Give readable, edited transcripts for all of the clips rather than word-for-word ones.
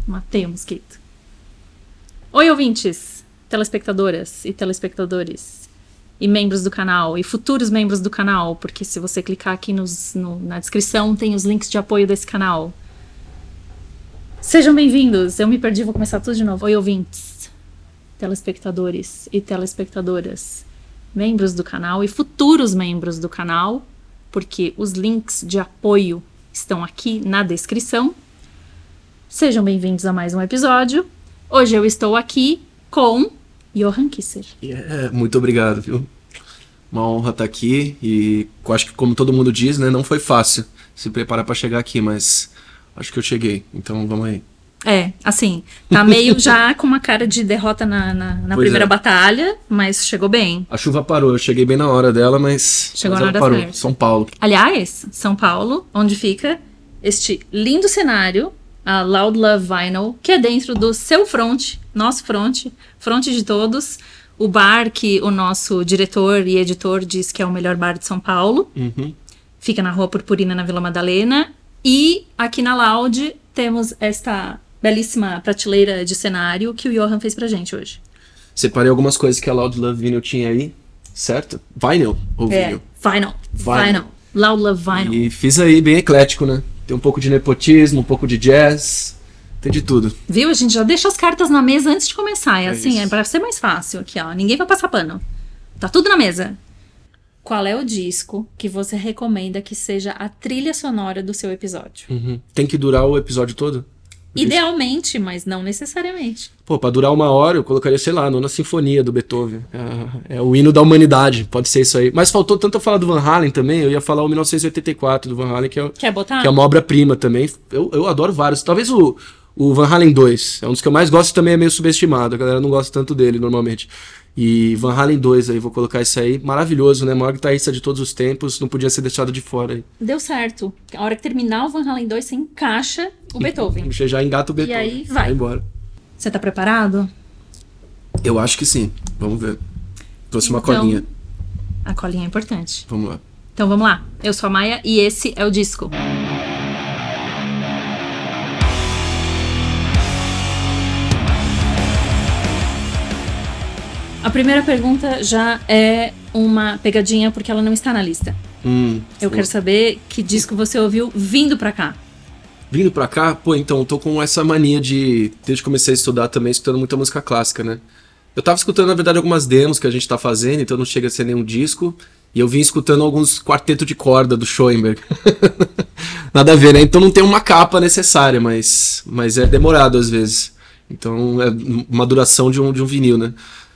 Matei o mosquito. Oi, ouvintes, telespectadoras e telespectadores, e membros do canal, e futuros membros do canal, porque se você clicar aqui na descrição, tem os links de apoio desse canal. Sejam bem-vindos. Eu me perdi, vou começar tudo de novo. Oi, ouvintes, telespectadores e telespectadoras, membros do canal e futuros membros do canal, porque os links de apoio estão aqui na descrição. Sejam bem-vindos a mais um episódio. Hoje eu estou aqui com Johan Kisser. Muito obrigado, viu? Uma honra estar aqui e acho que, como todo mundo diz, né, não foi fácil se preparar para chegar aqui, mas acho que eu cheguei, então vamos aí. Assim, tá meio já com uma cara de derrota na primeira batalha, mas chegou bem. A chuva parou, eu cheguei bem na hora dela, mas chegou na hora parou. certa. São Paulo. Aliás, São Paulo, onde fica este lindo cenário, a Loud Love Vinyl, que é dentro do seu front, nosso front de todos, o bar que o nosso diretor e editor diz que é o melhor bar de São Paulo. Uhum. Fica na Rua Purpurina, na Vila Madalena. E aqui na Loud temos esta belíssima prateleira de cenário que o Johan fez pra gente hoje. Separei algumas coisas que a Loud Love Vinyl tinha aí, certo? Vinyl ou vinil? Vinyl. Loud Love Vinyl. E fiz aí bem eclético, né? Tem um pouco de nepotismo, um pouco de jazz, tem de tudo. Viu? A gente já deixa as cartas na mesa antes de começar. É assim, isso. É pra ser mais fácil aqui, ó. Ninguém vai passar pano. Tá tudo na mesa. Qual é o disco que você recomenda que seja a trilha sonora do seu episódio? Uhum. Tem que durar o episódio todo? Idealmente, mas não necessariamente. Pô, pra durar 1 hora, eu colocaria, sei lá, a Nona Sinfonia do Beethoven. É o hino da humanidade, pode ser isso aí. Mas faltou tanto eu falar do Van Halen também, eu ia falar o 1984 do Van Halen, que é, Quer botar? Que é uma obra-prima também. Eu adoro vários. Talvez o Van Halen 2, é um dos que eu mais gosto e também é meio subestimado. A galera não gosta tanto dele, normalmente. E Van Halen 2 aí, vou colocar isso aí. Maravilhoso, né? Maior guitarrista de todos os tempos, não podia ser deixado de fora aí. Deu certo. A hora que terminar o Van Halen 2, você encaixa o Beethoven. Você já engata o Beethoven. E aí vai. Embora. Você tá preparado? Eu acho que sim. Vamos ver. Trouxe uma colinha. A colinha é importante. Vamos lá. Então vamos lá. Eu sou a Maia e esse é o disco. A primeira pergunta já é uma pegadinha porque ela não está na lista. Eu quero saber que disco você ouviu vindo pra cá. Vindo pra cá? Pô, então, tô com essa mania de, desde que comecei a estudar também, escutando muita música clássica, né? Eu tava escutando, na verdade, algumas demos que a gente tá fazendo, então não chega a ser nenhum disco. E eu vim escutando alguns quartetos de corda do Schoenberg. Nada a ver, né? Então não tem uma capa necessária, mas é demorado às vezes. Então é uma duração de um vinil, né?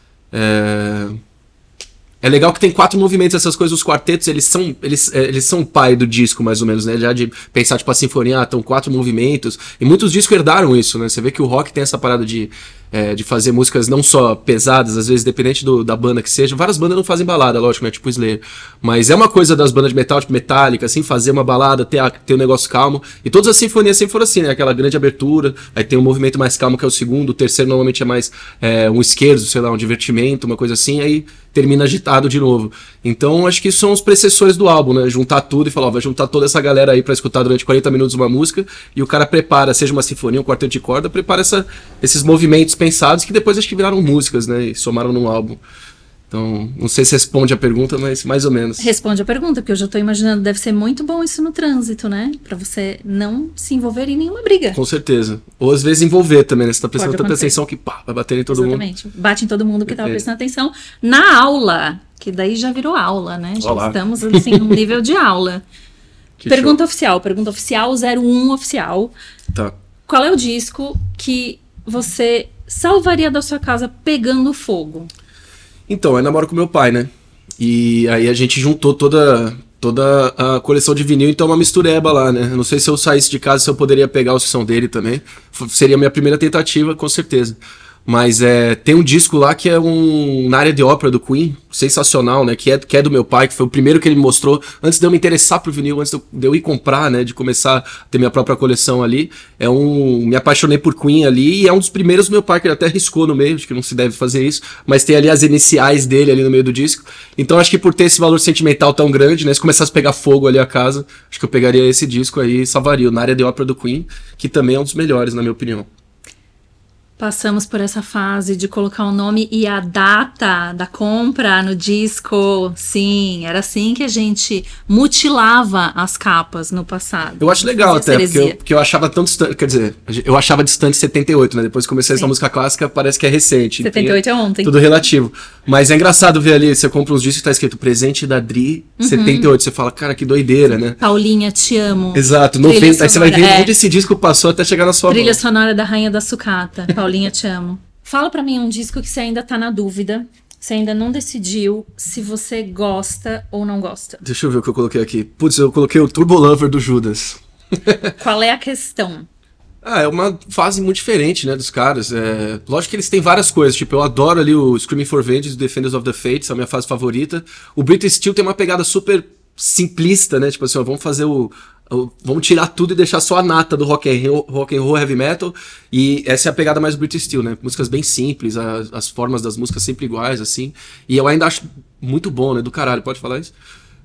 É legal que tem 4 movimentos, essas coisas, os quartetos, eles são o pai do disco, mais ou menos, né? Já de pensar, tipo, a sinfonia, estão 4 movimentos, e muitos discos herdaram isso, né? Você vê que o rock tem essa parada de fazer músicas não só pesadas, às vezes, dependente da banda que seja. Várias bandas não fazem balada, lógico, né? Tipo Slayer. Mas é uma coisa das bandas de metal, tipo Metallica, assim, fazer uma balada, ter um negócio calmo. E todas as sinfonias sempre foram assim, né? Aquela grande abertura, aí tem um movimento mais calmo, que é o segundo, o terceiro normalmente é mais um esquerdo, sei lá, um divertimento, uma coisa assim, aí termina agitado de novo. Então, acho que são os precessores do álbum, né? Juntar tudo e falar, ó, vai juntar toda essa galera aí pra escutar durante 40 minutos uma música, e o cara prepara, seja uma sinfonia, um quarteto de corda, prepara esses movimentos pensados que depois acho que viraram músicas, né? E somaram num álbum. Então, não sei se responde a pergunta, mas mais ou menos. Responde a pergunta, porque eu já tô imaginando, deve ser muito bom isso no trânsito, né? Pra você não se envolver em nenhuma briga. Com certeza. Ou às vezes envolver também, né? Você tá prestando tanta atenção que pá, vai bater em todo mundo. Exatamente. Bate em todo mundo que tava prestando atenção na aula, que daí já virou aula, né? Já estamos, assim, num nível de aula. Pergunta oficial 01 oficial. Tá. Qual é o disco que você salvaria da sua casa pegando fogo? Então, eu namoro com meu pai, né? E aí a gente juntou toda a coleção de vinil, então é uma mistureba lá, né? Eu não sei se eu saísse de casa se eu poderia pegar os que são dele também. Seria a minha primeira tentativa, com certeza. Mas tem um disco lá que é na área de ópera do Queen, sensacional, né? Que é do meu pai, que foi o primeiro que ele me mostrou, antes de eu me interessar pro vinil, antes de eu ir comprar, né? De começar a ter minha própria coleção ali. Me apaixonei por Queen ali, e é um dos primeiros do meu pai, que ele até riscou no meio, acho que não se deve fazer isso, mas tem ali as iniciais dele ali no meio do disco. Então acho que por ter esse valor sentimental tão grande, né? Se começasse a pegar fogo ali a casa, acho que eu pegaria esse disco aí e salvaria, Na Área de Ópera do Queen, que também é um dos melhores, na minha opinião. Passamos por essa fase de colocar o nome e a data da compra no disco. Sim, era assim que a gente mutilava as capas no passado. Eu acho legal até, porque eu achava tão distante, quer dizer, eu achava distante 78, né? Depois que comecei essa música clássica, parece que é recente. 78 é ontem. Tudo relativo. Mas é engraçado ver ali, você compra uns discos que tá escrito presente da Dri 78. Você fala, cara, que doideira, né? Paulinha, te amo. Exato, 90. Aí você vai ver onde esse disco passou até chegar na sua mão. Trilha sonora da Rainha da Sucata. Paulinha, te amo. Fala pra mim um disco que você ainda tá na dúvida, você ainda não decidiu se você gosta ou não gosta. Deixa eu ver o que eu coloquei aqui. Putz, eu coloquei o Turbo Lover do Judas. Qual é a questão? É uma fase muito diferente, né, dos caras. Lógico que eles têm várias coisas, tipo, eu adoro ali o Screaming for Vengeance, Defenders of the Fates, é a minha fase favorita. O British Steel tem uma pegada super simplista, né, tipo assim, ó, vamos fazer vamos tirar tudo e deixar só a nata do rock and roll heavy metal, e essa é a pegada mais do British Steel, né, músicas bem simples, as formas das músicas sempre iguais, assim, e eu ainda acho muito bom, né, do caralho, pode falar isso?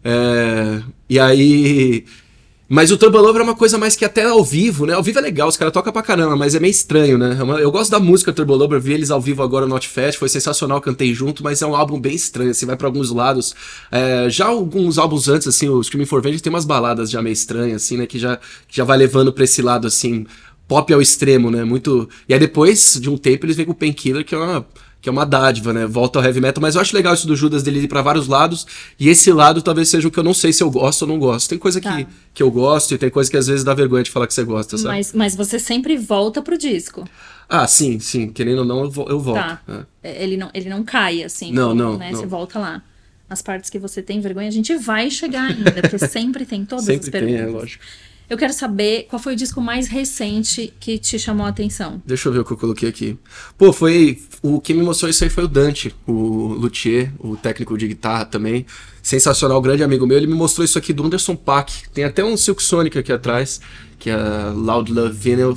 E aí... Mas o Turbo Lover é uma coisa mais que até ao vivo, né? Ao vivo é legal, os caras tocam pra caramba, mas é meio estranho, né? Eu gosto da música Turbo Lover, vi eles ao vivo agora no Notfest, foi sensacional, cantei junto, mas é um álbum bem estranho, assim, vai pra alguns lados. Já alguns álbuns antes, assim, o Screaming for Vengeance tem umas baladas já meio estranhas, assim, né? Que já vai levando pra esse lado, assim, pop ao extremo, né? Muito... E aí depois de um tempo eles vêm com o Painkiller, que é uma dádiva, né? Volta ao heavy metal, mas eu acho legal isso do Judas, dele ir pra vários lados, e esse lado talvez seja o que eu não sei se eu gosto ou não gosto. Tem coisa que eu gosto e tem coisa que às vezes dá vergonha de falar que você gosta, sabe? Mas você sempre volta pro disco. Ah, sim, querendo ou não, eu volto. Tá. Ele não cai, assim. Não, né? não. Você volta lá. As partes que você tem vergonha, a gente vai chegar ainda, porque sempre tem todas sempre as perguntas. Tem, lógico. Eu quero saber qual foi o disco mais recente que te chamou a atenção. Deixa eu ver o que eu coloquei aqui. Pô, o que me mostrou isso aí foi o Dante, o luthier, o técnico de guitarra também. Sensacional, grande amigo meu. Ele me mostrou isso aqui do Anderson .Paak. Tem até um Silk Sonic aqui atrás, que é a Loud Love Vinyl.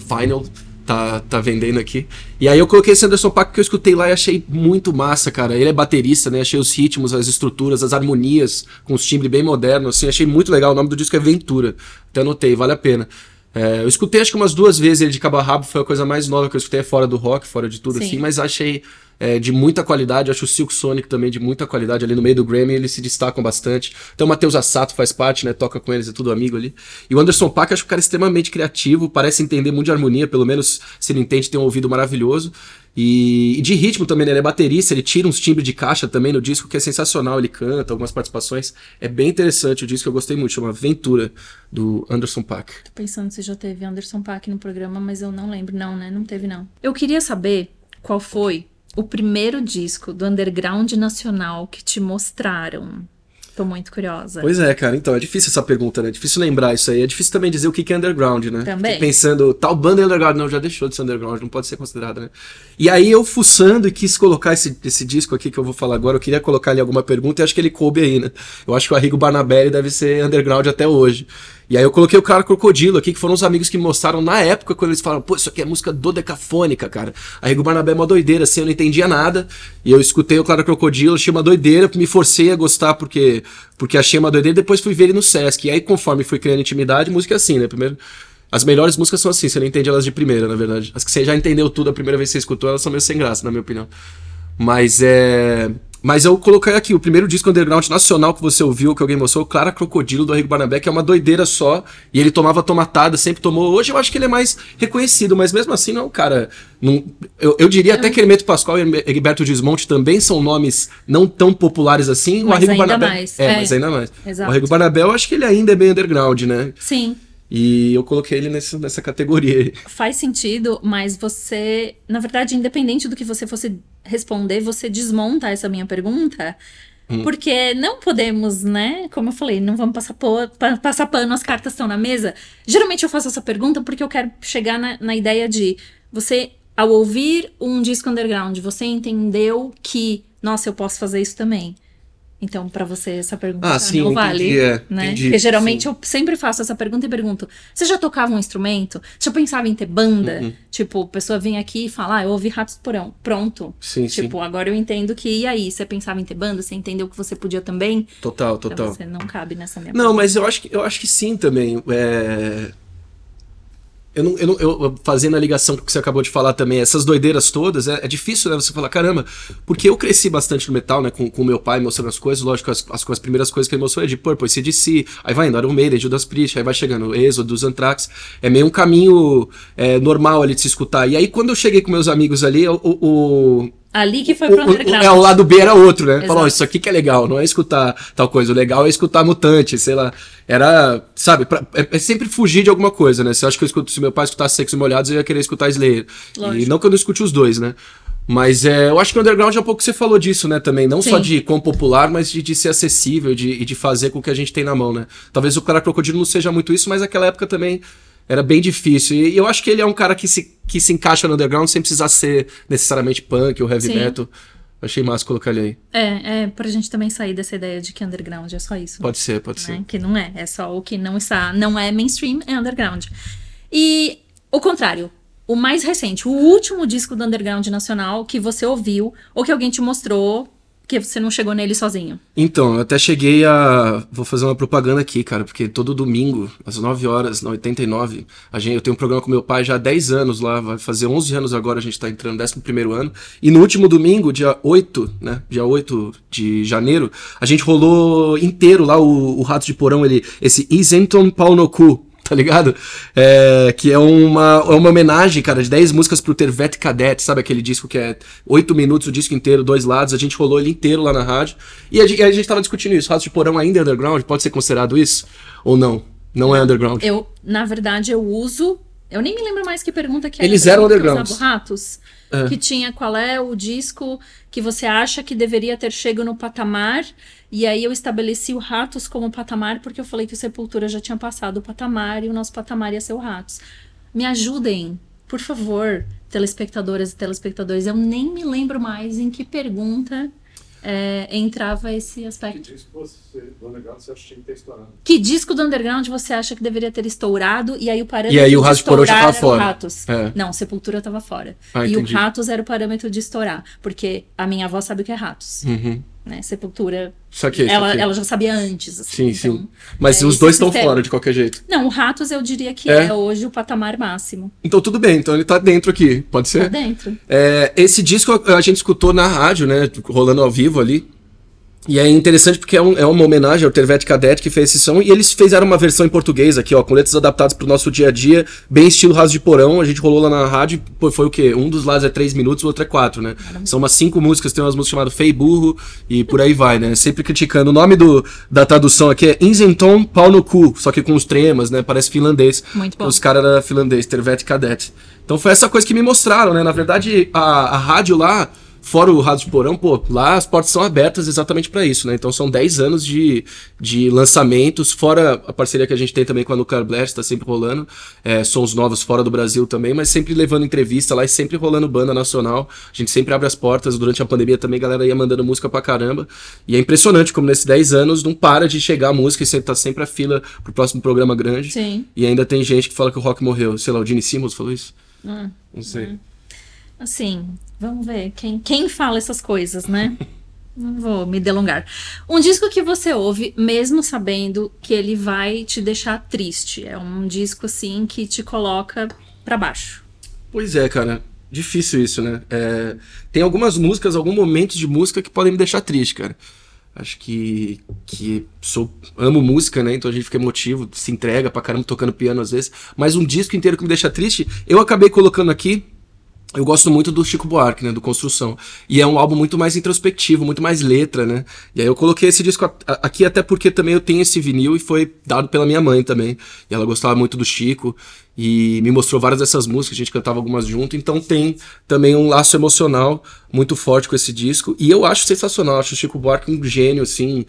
Tá vendendo aqui. E aí eu coloquei esse Anderson .Paak que eu escutei lá e achei muito massa, cara. Ele é baterista, né? Achei os ritmos, as estruturas, as harmonias, com os timbres bem modernos, assim. Achei muito legal. O nome do disco é Ventura. Até anotei, vale a pena. Eu escutei acho que umas 2 vezes ele de cabo a rabo. Foi a coisa mais nova que eu escutei fora do rock, fora de tudo, assim. Mas achei de muita qualidade. Acho o Silk Sonic também de muita qualidade. Ali no meio do Grammy eles se destacam bastante. Então o Matheus Assato faz parte, né? Toca com eles, é tudo amigo ali. E o Anderson .Paak, acho o cara extremamente criativo. Parece entender muito de harmonia, pelo menos se ele entende, tem um ouvido maravilhoso. E de ritmo também, né? Ele é baterista, ele tira uns timbres de caixa também no disco, que é sensacional. Ele canta, algumas participações. É bem interessante o disco, eu gostei muito. Chama Ventura, do Anderson .Paak. Tô pensando se já teve Anderson .Paak no programa, mas eu não lembro. Não, né? Não teve, não. Eu queria saber qual foi o primeiro disco do underground nacional que te mostraram. Tô muito curiosa. Pois é, cara. Então, é difícil essa pergunta, né? É difícil lembrar isso aí. É difícil também dizer o que é underground, né? Também. Fiquei pensando, tal banda é underground. Não, já deixou de ser underground. Não pode ser considerada, né? E aí eu fuçando e quis colocar esse disco aqui que eu vou falar agora. Eu queria colocar ali alguma pergunta e acho que ele coube aí, né? Eu acho que o Arrigo Barnabé deve ser underground até hoje. E aí eu coloquei o Clara Crocodilo aqui, que foram os amigos que me mostraram na época, quando eles falaram, pô, isso aqui é música dodecafônica, cara. Arrigo Barnabé é uma doideira, assim, eu não entendia nada. E eu escutei o Clara Crocodilo, achei uma doideira, me forcei a gostar porque achei uma doideira, depois fui ver ele no Sesc. E aí, conforme fui criando intimidade, música é assim, né? Primeiro, as melhores músicas são assim, você não entende elas de primeira, na verdade. As que você já entendeu tudo a primeira vez que você escutou, elas são meio sem graça, na minha opinião. Mas eu coloquei aqui, o primeiro disco underground nacional que você ouviu, que alguém mostrou, Clara Crocodilo, do Arrigo Barnabé, que é uma doideira só, e ele tomava tomatada, sempre tomou. Hoje eu acho que ele é mais reconhecido, mas mesmo assim não, cara. Não, eu diria até que Hermeto Pascoal e Egberto Gismonti também são nomes não tão populares assim. Mas o Arrigo ainda Barnabé, mais. mas ainda mais. Exato. O Arrigo Barnabé, eu acho que ele ainda é bem underground, né? Sim. E eu coloquei ele nessa categoria aí. Faz sentido, mas você, na verdade, independente do que você fosse responder, você desmonta essa minha pergunta, porque não podemos, né? Como eu falei, não vamos passar pano, as cartas estão na mesa. Geralmente eu faço essa pergunta porque eu quero chegar na ideia de você, ao ouvir um disco underground, você entendeu que, nossa, eu posso fazer isso também. Então, pra você, essa pergunta sim, não vale, entendi, né? entendi, porque geralmente sim. eu sempre faço essa pergunta e pergunto, você já tocava um instrumento? Você já pensava em ter banda? Tipo, a pessoa vem aqui e fala, eu ouvi Ratos do Porão. Pronto. Sim, tipo, sim. agora eu entendo que, e aí? Você pensava em ter banda? Você entendeu que você podia também? Total. Então você não cabe nessa minha Não, pergunta. mas eu acho que sim também. eu fazendo a ligação com o que você acabou de falar também, essas doideiras todas, é difícil, né? Você falar, caramba, porque eu cresci bastante no metal, né? Com o meu pai mostrando as coisas, lógico, as primeiras coisas que ele mostrou é de Purple, AC/DC, aí vai indo Iron Maiden, Judas Priest, aí vai chegando Exodus, Anthrax, é meio um caminho normal ali de se escutar. E aí quando eu cheguei com meus amigos ali, Ali que foi pro underground. O lado B era outro, né? Exato. Falou, isso aqui que é legal, não é escutar tal coisa. O legal é escutar Mutante, sei lá. Era, sabe, é sempre fugir de alguma coisa, né? Se eu acho que se meu pai escutasse Secos e Molhados, eu ia querer escutar Slayer. Lógico. E não que eu não escute os dois, né? Mas eu acho que o underground é um pouco que você falou disso, né, também. Não só de quão popular, mas de ser acessível e de fazer com o que a gente tem na mão, né? Talvez o Cara Crocodilo não seja muito isso, mas naquela época também era bem difícil. E eu acho que ele é um cara que se encaixa no underground sem precisar ser necessariamente punk ou heavy metal. Achei massa colocar ele aí. Pra gente também sair dessa ideia de que underground é só isso. Pode ser. Né? Que não é só o que não é mainstream, é underground. E o contrário, o mais recente, o último disco do underground nacional que você ouviu, ou que alguém te mostrou, que você não chegou nele sozinho. Então, eu até cheguei Vou fazer uma propaganda aqui, cara, porque todo domingo, às 9 horas, na 89, eu tenho um programa com meu pai já há 10 anos lá, vai fazer 11 anos agora, a gente tá entrando no 11º ano, e no último domingo, dia 8, né, dia 8 de janeiro, a gente rolou inteiro lá o Ratos de Porão, esse Isenton Pau no Cu, tá ligado? Que é uma homenagem, cara, de 10 músicas pro Tervet Cadet, sabe aquele disco que é 8 minutos, o disco inteiro, 2 lados, a gente rolou ele inteiro lá na rádio, e a gente tava discutindo isso, Ratos de Porão ainda é underground, pode ser considerado isso? Ou não? Não é underground? Na verdade, eu nem me lembro mais que pergunta que era. Eles eram underground. Ratos, que tinha qual é o disco que você acha que deveria ter chego no patamar, e aí eu estabeleci o Ratos como patamar, porque eu falei que o Sepultura já tinha passado o patamar, e o nosso patamar ia ser o Ratos. Me ajudem, por favor, telespectadoras e telespectadores, eu nem me lembro mais em que pergunta entrava esse aspecto. Que disco do underground você acha que deveria ter estourado? E aí o parâmetro o de Ratos de Porão já estourar tava era o fora. Ratos. Não, Sepultura tava fora. E entendi. o Ratos era o parâmetro de estourar. Porque a minha avó sabe o que é Ratos. Uhum. Né? Sepultura, Saquei. ela já sabia antes. Assim, sim, então, sim. Mas os dois estão fora, de qualquer jeito. Não, o Ratos eu diria que é hoje o patamar máximo. Então tudo bem, então ele tá dentro aqui, pode ser? Tá dentro. Esse disco a gente escutou na rádio, né, rolando ao vivo ali. E é interessante porque é uma homenagem ao Tervet Cadet que fez esse som, e eles fizeram uma versão em português aqui, ó, com letras adaptadas pro nosso dia a dia, bem estilo Ratos de Porão. A gente rolou lá na rádio, foi o quê? Um dos lados é 3 minutos, o outro é 4, né? São umas 5 músicas, tem umas músicas chamadas Fei Burro e por aí vai, né? Sempre criticando. O nome da tradução aqui é Inzenton Pau no Cu, só que com os tremas, né? Parece finlandês. Muito bom. Os caras eram finlandês, Tervet Cadet. Então foi essa coisa que me mostraram, né? Na verdade, a rádio lá, fora o Ratos de Porão, lá as portas são abertas exatamente pra isso, né? Então são 10 anos de lançamentos, fora a parceria que a gente tem também com a Nuclear Blast, tá sempre rolando, sons novos fora do Brasil também, mas sempre levando entrevista lá e sempre rolando banda nacional. A gente sempre abre as portas, durante a pandemia também a galera ia mandando música pra caramba, e é impressionante como nesses 10 anos não para de chegar a música, e tá sempre a fila pro próximo programa grande. Sim. E ainda tem gente que fala que o rock morreu, sei lá, o Gene Simmons falou isso? Não sei. Assim, vamos ver quem fala essas coisas, né? Não vou me delongar. Um disco que você ouve, mesmo sabendo que ele vai te deixar triste. É um disco, assim, que te coloca pra baixo. Pois é, cara. Difícil isso, né? Tem algumas músicas, alguns momentos de música que podem me deixar triste, cara. Acho que amo música, né? Então a gente fica emotivo, se entrega pra caramba tocando piano às vezes. Mas um disco inteiro que me deixa triste, eu acabei colocando aqui. Eu gosto muito do Chico Buarque, né, do Construção. E é um álbum muito mais introspectivo, muito mais letra, né? E aí eu coloquei esse disco aqui até porque também eu tenho esse vinil e foi dado pela minha mãe também. E ela gostava muito do Chico e me mostrou várias dessas músicas, a gente cantava algumas junto. Então tem também um laço emocional muito forte com esse disco. E eu acho sensacional, acho o Chico Buarque um gênio, assim,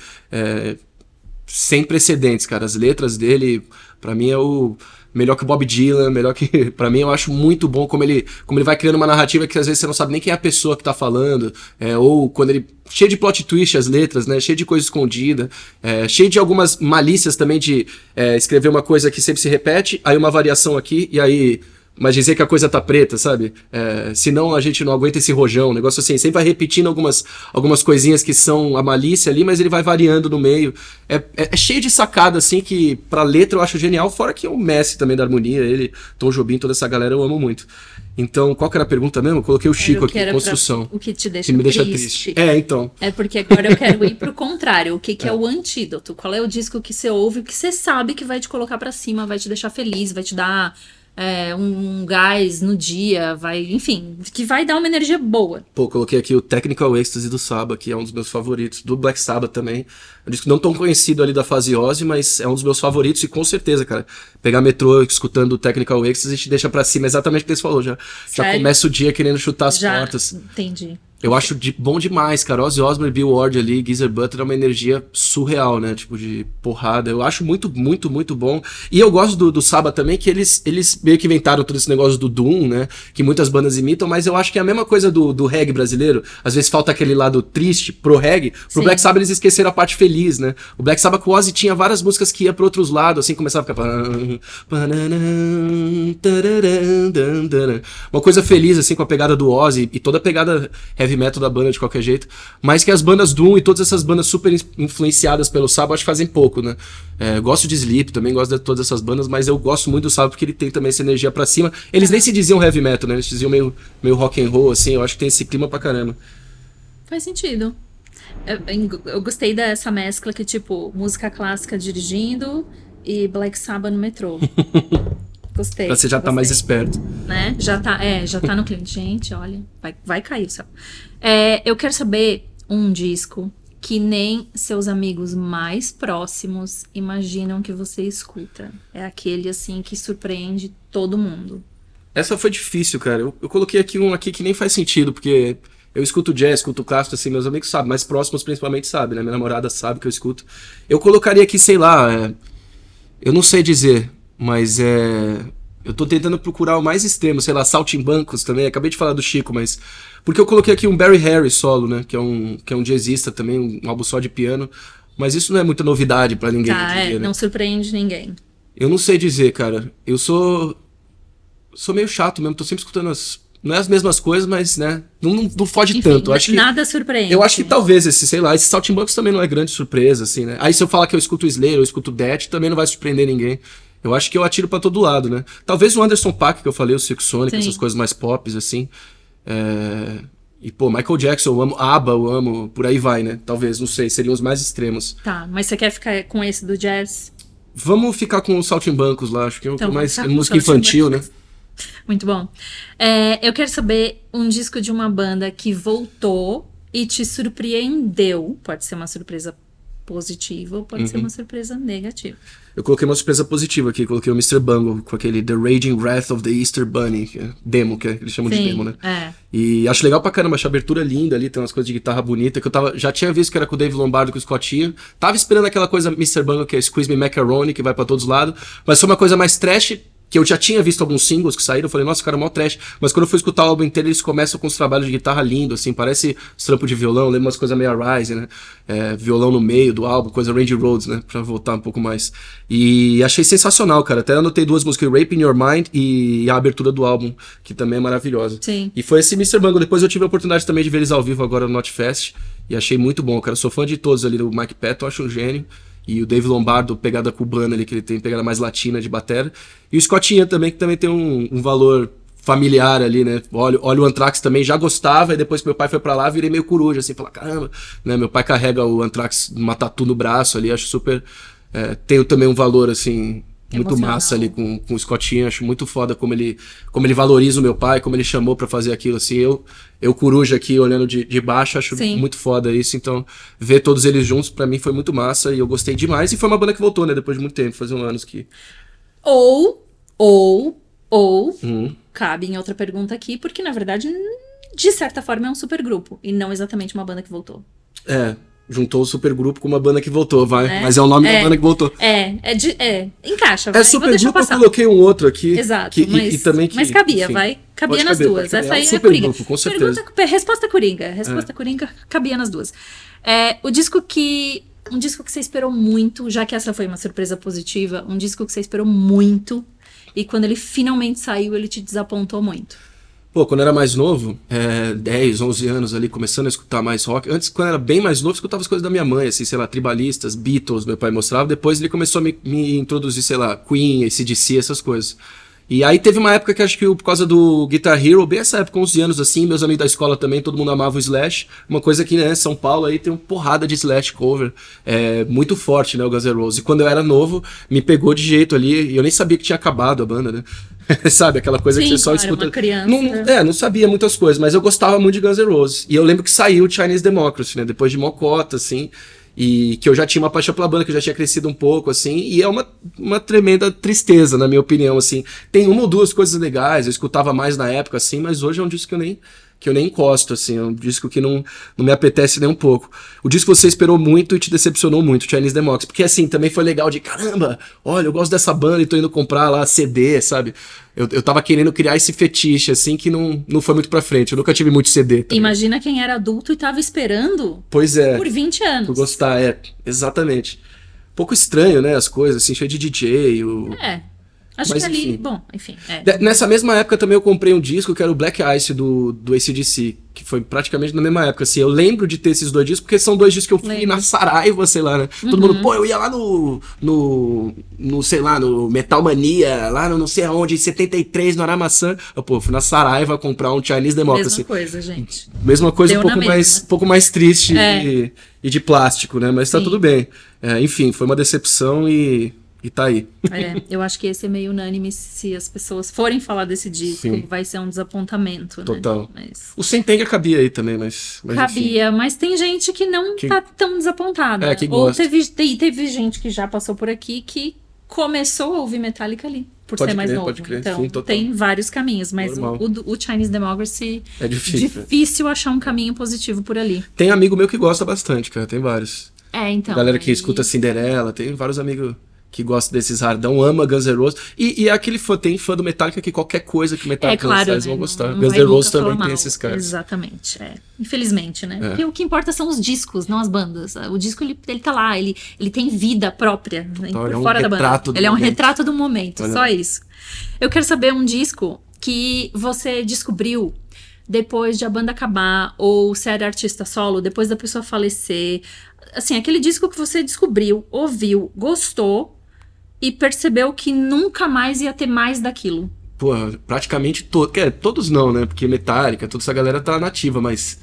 sem precedentes, cara. As letras dele, pra mim, é o melhor que o Bob Dylan, melhor que... Pra mim, eu acho muito bom como ele vai criando uma narrativa que às vezes você não sabe nem quem é a pessoa que tá falando, ou quando ele... Cheio de plot twist as letras, né? Cheio de coisa escondida, cheio de algumas malícias também de escrever uma coisa que sempre se repete, aí uma variação aqui, e aí mas dizer que a coisa tá preta, sabe? Senão a gente não aguenta esse rojão, um negócio assim. Sempre vai repetindo algumas coisinhas que são a malícia ali, mas ele vai variando no meio. É cheio de sacada, assim, que pra letra eu acho genial, fora que é o Messi também da harmonia, ele, Tom Jobim, toda essa galera eu amo muito. Então, qual que era a pergunta mesmo? Eu coloquei o Chico aqui, construção. O que te deixa me triste. deixa triste. Então. É porque agora eu quero ir pro contrário. O que é o antídoto? Qual é o disco que você ouve, que você sabe que vai te colocar pra cima, vai te deixar feliz, vai te dar um gás no dia, enfim, que vai dar uma energia boa. Pô, coloquei aqui o Technical Ecstasy do Saba, que é um dos meus favoritos, do Black Sabbath também. É um disco não tão conhecido ali da fase Ozzy, mas é um dos meus favoritos e com certeza, cara, pegar metrô escutando o Technical Ecstasy te deixa pra cima, exatamente o que você falou, já começa o dia querendo chutar as portas. Entendi. Eu acho bom demais, cara. Ozzy Osbourne, Bill Ward ali, Geezer Butler é uma energia surreal, né? Tipo, de porrada. Eu acho muito, muito, muito bom. E eu gosto do Saba também, que eles meio que inventaram todo esse negócio do Doom, né? Que muitas bandas imitam, mas eu acho que é a mesma coisa do reggae brasileiro. Às vezes falta aquele lado triste pro reggae. Pro Sim. Black Sabbath eles esqueceram a parte feliz, né? O Black Sabbath com o Ozzy tinha várias músicas que ia pra outros lados, assim, começava a ficar... Uma coisa feliz, assim, com a pegada do Ozzy e toda a pegada heavy metal da banda de qualquer jeito, mas que as bandas Doom e todas essas bandas super influenciadas pelo Saba, acho que fazem pouco, né? Gosto de Sleep, também gosto de todas essas bandas, mas eu gosto muito do Saba porque ele tem também essa energia pra cima. Eles nem se diziam heavy metal, né? Eles se diziam meio rock and roll, assim, eu acho que tem esse clima pra caramba. Faz sentido. Eu gostei dessa mescla que, tipo, música clássica dirigindo e Black Sabbath no metrô. Gostei. Pra você já tá mais esperto. Né? Já tá no cliente. Gente, olha, vai cair o céu. Eu quero saber um disco que nem seus amigos mais próximos imaginam que você escuta. É aquele, assim, que surpreende todo mundo. Essa foi difícil, cara. Eu coloquei aqui um aqui que nem faz sentido, porque eu escuto jazz, escuto clássico, assim, meus amigos sabem, mais próximos principalmente sabem, né? Minha namorada sabe que eu escuto. Eu colocaria aqui, sei lá, eu não sei dizer, mas eu tô tentando procurar o mais extremo, sei lá, Saltimbancos também, acabei de falar do Chico, mas... Porque eu coloquei aqui um Barry Harris solo, né, que é um jazzista também, um álbum só de piano, mas isso não é muita novidade pra ninguém. Né? Não surpreende ninguém. Eu não sei dizer, cara, eu sou meio chato mesmo, tô sempre escutando não é as mesmas coisas, mas, né, não foge Enfim, tanto. Acho que, nada surpreende. Eu acho que talvez esse Saltimbancos também não é grande surpresa, assim, né. Aí se eu falar que eu escuto Slayer, eu escuto Death, também não vai surpreender ninguém. Eu acho que eu atiro pra todo lado, né? Talvez o Anderson .Paak, que eu falei, o Silk Sonic, essas coisas mais pop, assim. E, pô, Michael Jackson, eu amo. ABBA, eu amo. Por aí vai, né? Talvez, não sei, seriam os mais extremos. Tá, mas você quer ficar com esse do jazz? Vamos ficar com o Saltimbancos lá, acho que é então, mais música infantil, né? Muito bom. Eu quero saber um disco de uma banda que voltou e te surpreendeu. Pode ser uma surpresa positiva ou pode ser uma surpresa negativa. Eu coloquei uma surpresa positiva aqui, coloquei o Mr. Bungle com aquele The Raging Wrath of the Easter Bunny, que é demo, que eles chamam de demo, né? E acho legal pra caramba, acho a abertura linda ali, tem umas coisas de guitarra bonita, que eu já tinha visto que era com o Dave Lombardo e com o Scottinho. Tava esperando aquela coisa Mr. Bungle, que é Squeeze Me Macaroni, que vai pra todos os lados, mas foi uma coisa mais trash, que eu já tinha visto alguns singles que saíram, eu falei, nossa, cara, mó trash. Mas quando eu fui escutar o álbum inteiro, eles começam com os trabalhos de guitarra lindo, assim, parece trampo de violão, lembra umas coisas meio Rise, né? Violão no meio do álbum, coisa Randy Rhoads, né? Pra voltar um pouco mais. E achei sensacional, cara. Até anotei duas músicas, Rape in Your Mind e a abertura do álbum, que também é maravilhosa. Sim. E foi esse Mr. Bungle. Depois eu tive a oportunidade também de ver eles ao vivo agora no Notfest, e achei muito bom, cara. Eu sou fã de todos ali, do Mike Patton, acho um gênio. E o Dave Lombardo, pegada cubana ali, que ele tem pegada mais latina de batera. E o Scottinha também, que também tem um valor familiar ali, né? Olha o Anthrax também, já gostava, e depois que meu pai foi pra lá, virei meio coruja, assim, falar, caramba, né? Meu pai carrega o Anthrax, uma tatu no braço ali, acho super... tenho também um valor, assim... Muito massa ali com o Scottinho, acho muito foda como ele valoriza o meu pai, como ele chamou pra fazer aquilo, assim, eu coruja aqui olhando de baixo, acho muito foda isso, então ver todos eles juntos pra mim foi muito massa e eu gostei demais, e foi uma banda que voltou, né, depois de muito tempo, fazia anos que... Cabe em outra pergunta aqui, porque na verdade, de certa forma é um supergrupo, e não exatamente uma banda que voltou. Juntou o supergrupo com uma banda que voltou, mas é o nome da banda que voltou. Encaixa, vai. Supergrupo eu coloquei um outro aqui. Exato, mas cabia, enfim, vai. Cabia nas duas. Essa aí é Coringa. Com certeza. Resposta Coringa. Coringa cabia nas duas. Um disco que você esperou muito, já que essa foi uma surpresa positiva, um disco que você esperou muito e quando ele finalmente saiu, ele te desapontou muito? Pô, quando eu era mais novo, 10, 11 anos ali, começando a escutar mais rock. Antes, quando eu era bem mais novo, eu escutava as coisas da minha mãe, assim, sei lá, tribalistas, Beatles, meu pai mostrava. Depois ele começou a me introduzir, sei lá, Queen, AC/DC, essas coisas. E aí teve uma época que acho que por causa do Guitar Hero, bem essa época, 11 anos assim, meus amigos da escola também, todo mundo amava o Slash. Uma coisa que, né, São Paulo aí tem uma porrada de Slash cover, muito forte, né, o Guns N' Roses. E quando eu era novo, me pegou de jeito ali, e eu nem sabia que tinha acabado a banda, né. Sabe, aquela coisa que você só escuta. Uma criança. Não sabia muitas coisas, mas eu gostava muito de Guns N' Roses. E eu lembro que saiu o Chinese Democracy, né, depois de mocota, assim. E que eu já tinha uma paixão pela banda, que eu já tinha crescido um pouco, assim, e é uma tremenda tristeza, na minha opinião, assim. Tem uma ou duas coisas legais, eu escutava mais na época, assim, mas hoje é um disco que eu nem encosto, assim, é um disco que não me apetece nem um pouco. O disco que você esperou muito e te decepcionou muito, Chinese Democracy, porque assim, também foi legal de, caramba, olha, eu gosto dessa banda e tô indo comprar lá CD, sabe? Eu tava querendo criar esse fetiche, assim, que não foi muito pra frente, eu nunca tive muito CD também. Imagina quem era adulto e tava esperando pois é, por 20 anos. Por gostar, exatamente. Um pouco estranho, né, as coisas, assim, cheio de DJ, Acho mas, que ali, enfim. bom, enfim. Nessa mesma época também eu comprei um disco que era o Black Ice do AC/DC, que foi praticamente na mesma época, assim. Eu lembro de ter esses dois discos, porque são dois discos que eu fui na Saraiva, sei lá, né? Todo mundo, pô, eu ia lá sei lá, no Metal Mania, lá no não sei aonde, em 73, no Aramaçã. Eu fui na Saraiva comprar um Chinese Democracy. Mesma coisa, gente. Mesma coisa, Deu um pouco mais triste e de plástico, né? Mas tá tudo bem. Enfim, foi uma decepção e tá aí. Eu acho que esse é meio unânime. Se as pessoas forem falar desse disco, Sim. vai ser um desapontamento, Total. né? Mas... O Sentenga cabia aí também, mas cabia, enfim. mas tem gente que não tá tão desapontada. Que Ou gosta. teve gente que já passou por aqui que começou a ouvir Metallica ali, por ser mais novo. Pode crer. Então, Sim, total. tem vários caminhos, mas o Chinese Democracy é difícil achar um caminho positivo por ali. Tem amigo meu que gosta bastante, cara, tem vários. Então. Galera que escuta Cinderela, tem vários amigos que gosta desses hardão, ama Guns N' Roses. E aquele tem fã do Metallica que qualquer coisa que Metallica claro, eles né? vão gostar. Não Guns N' Roses também tem esses caras. Exatamente, Infelizmente, né? Porque o que importa são os discos, não as bandas. O disco, ele tá lá, ele tem vida própria, por fora da banda. Ele é um retrato do momento, só isso. Eu quero saber um disco que você descobriu depois de a banda acabar, ou se era artista solo, depois da pessoa falecer. Assim, aquele disco que você descobriu, ouviu, gostou, e percebeu que nunca mais ia ter mais daquilo. Pô, praticamente todos não, né? Porque Metallica, toda essa galera tá nativa, mas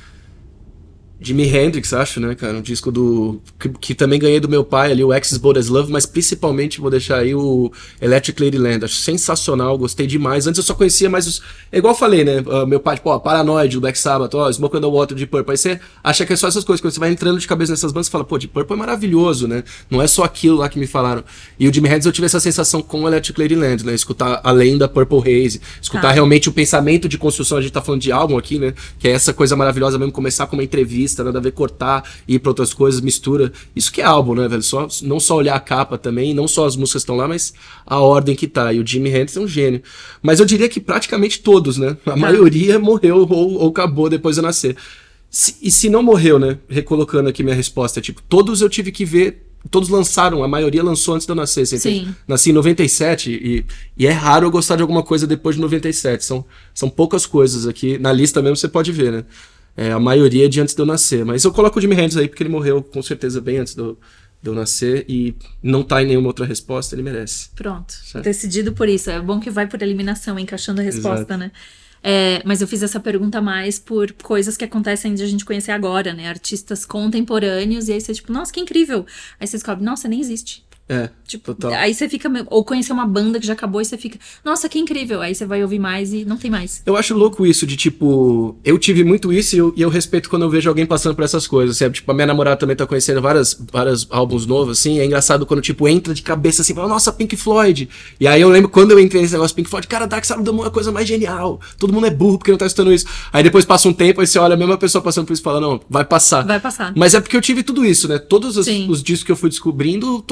Jimi Hendrix, acho, né, cara? Um disco que também ganhei do meu pai ali, o Axis Bold as Love, mas principalmente vou deixar aí o Electric Ladyland. Acho sensacional, gostei demais. Antes eu só conhecia mais os... É igual eu falei, né? Meu pai, Paranoid, o Black Sabbath, Smoke on the Water, Deep Purple. Aí você acha que é só essas coisas. Quando você vai entrando de cabeça nessas bandas, você fala, Deep Purple é maravilhoso, né? Não é só aquilo lá que me falaram. E o Jimi Hendrix eu tive essa sensação com o Electric Ladyland, né? Escutar além da Purple Haze, escutar realmente o pensamento de construção. A gente tá falando de álbum aqui, né? Que é essa coisa maravilhosa mesmo, começar com uma entrevista, nada a ver, cortar e ir pra outras coisas, mistura. Isso que é álbum, né, velho? Não só olhar a capa também, não só as músicas estão lá, mas a ordem que tá. E o Jimi Hendrix é um gênio. Mas eu diria que praticamente todos, né? A maioria morreu ou acabou depois de eu nascer. E se não morreu, né? Recolocando aqui minha resposta, todos eu tive que ver. Todos lançaram, a maioria lançou antes de eu nascer. Sim. Nasci em 97 e é raro eu gostar de alguma coisa depois de 97. São poucas coisas aqui. Na lista mesmo você pode ver, né? A maioria é de antes de eu nascer. Mas eu coloco o Jimi Hendrix aí porque ele morreu com certeza bem antes de eu nascer e não tá em nenhuma outra resposta, ele merece. Pronto, certo? Decidido por isso. É bom que vai por eliminação, encaixando a resposta, Exato. né? Mas eu fiz essa pergunta mais por coisas que acontecem de a gente conhecer agora, né? Artistas contemporâneos, e aí você, nossa, que incrível. Aí você descobre, nossa, nem existe. Total. Aí você fica... Ou conhecer uma banda que já acabou e você fica... Nossa, que incrível. Aí você vai ouvir mais e não tem mais. Eu acho louco isso de, eu tive muito isso e eu respeito quando eu vejo alguém passando por essas coisas. Assim, a minha namorada também tá conhecendo vários álbuns novos, assim. É engraçado quando, entra de cabeça assim, fala, nossa, Pink Floyd. E aí eu lembro quando eu entrei nesse negócio Pink Floyd, cara, Dark Side of the Moon é a coisa mais genial. Todo mundo é burro porque não tá escutando isso. Aí depois passa um tempo, aí você olha a mesma pessoa passando por isso e fala, não, vai passar. Vai passar. Mas é porque eu tive tudo isso, né? Todos os discos que eu fui descobrindo, todo mundo já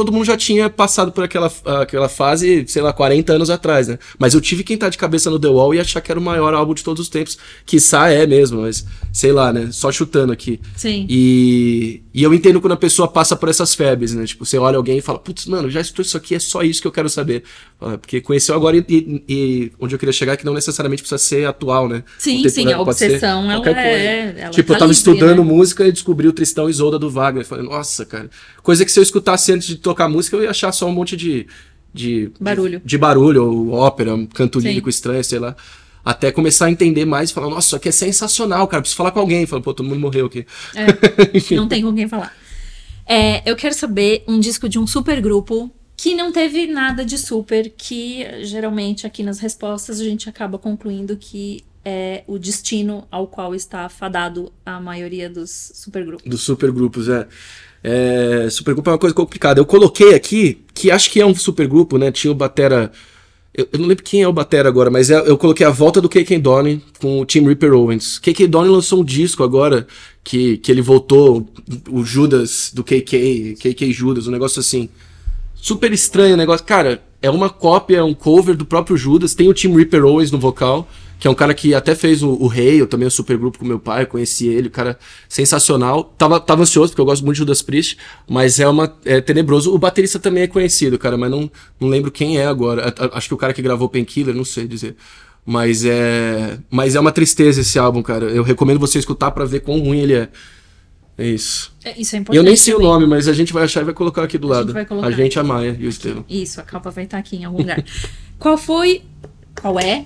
tinha passado por aquela fase, sei lá, 40 anos atrás, né? Mas eu tive que entrar de cabeça no The Wall e achar que era o maior álbum de todos os tempos. Quiçá é mesmo, mas sei lá, né? Só chutando aqui. Sim. E eu entendo quando a pessoa passa por essas febres, né? Tipo, você olha alguém e fala, putz, mano, já escutou isso aqui, é só isso que eu quero saber. Porque conheceu agora e onde eu queria chegar é que não necessariamente precisa ser atual, né? Sim, a obsessão, ela tipo, tá eu tava livre, estudando né? música e descobri o Tristão e Isolda do Wagner. Falei, nossa, cara. Coisa que se eu escutasse antes de tocar música, eu ia achar só um monte de barulho. De barulho, ou ópera, um canto Sim. lírico estranho, sei lá. Até começar a entender mais e falar, nossa, isso aqui é sensacional, cara. Preciso falar com alguém. Fala, pô, todo mundo morreu aqui. Não tem com quem falar. Eu quero saber um disco de um supergrupo que não teve nada de super, que geralmente aqui nas respostas a gente acaba concluindo que é o destino ao qual está fadado a maioria dos supergrupos. Dos supergrupos, supergrupo é uma coisa complicada. Eu coloquei aqui, que acho que é um supergrupo, né? Tinha o batera... Eu não lembro quem é o batera agora, mas eu coloquei a volta do KK Donny com o Tim Ripper Owens. KK Donny lançou um disco agora, que ele voltou, o Judas do KK Judas, um negócio assim. Super estranho o negócio. Cara, é uma cópia, um cover do próprio Judas. Tem o Tim Ripper Owens no vocal, que é um cara que até fez o Rei, eu também um supergrupo com meu pai, eu conheci ele, o cara sensacional. Tava ansioso, porque eu gosto muito de Judas Priest, mas é tenebroso. O baterista também é conhecido, cara, mas não lembro quem é agora. Acho que o cara que gravou Painkiller, não sei dizer. Mas é uma tristeza esse álbum, cara. Eu recomendo você escutar pra ver quão ruim ele é. É isso. Isso é importante. Eu nem sei também. o nome, mas a gente vai achar e vai colocar aqui do lado. A gente, a Maia e o Estevam. Isso, a capa vai estar aqui em algum lugar. Qual é,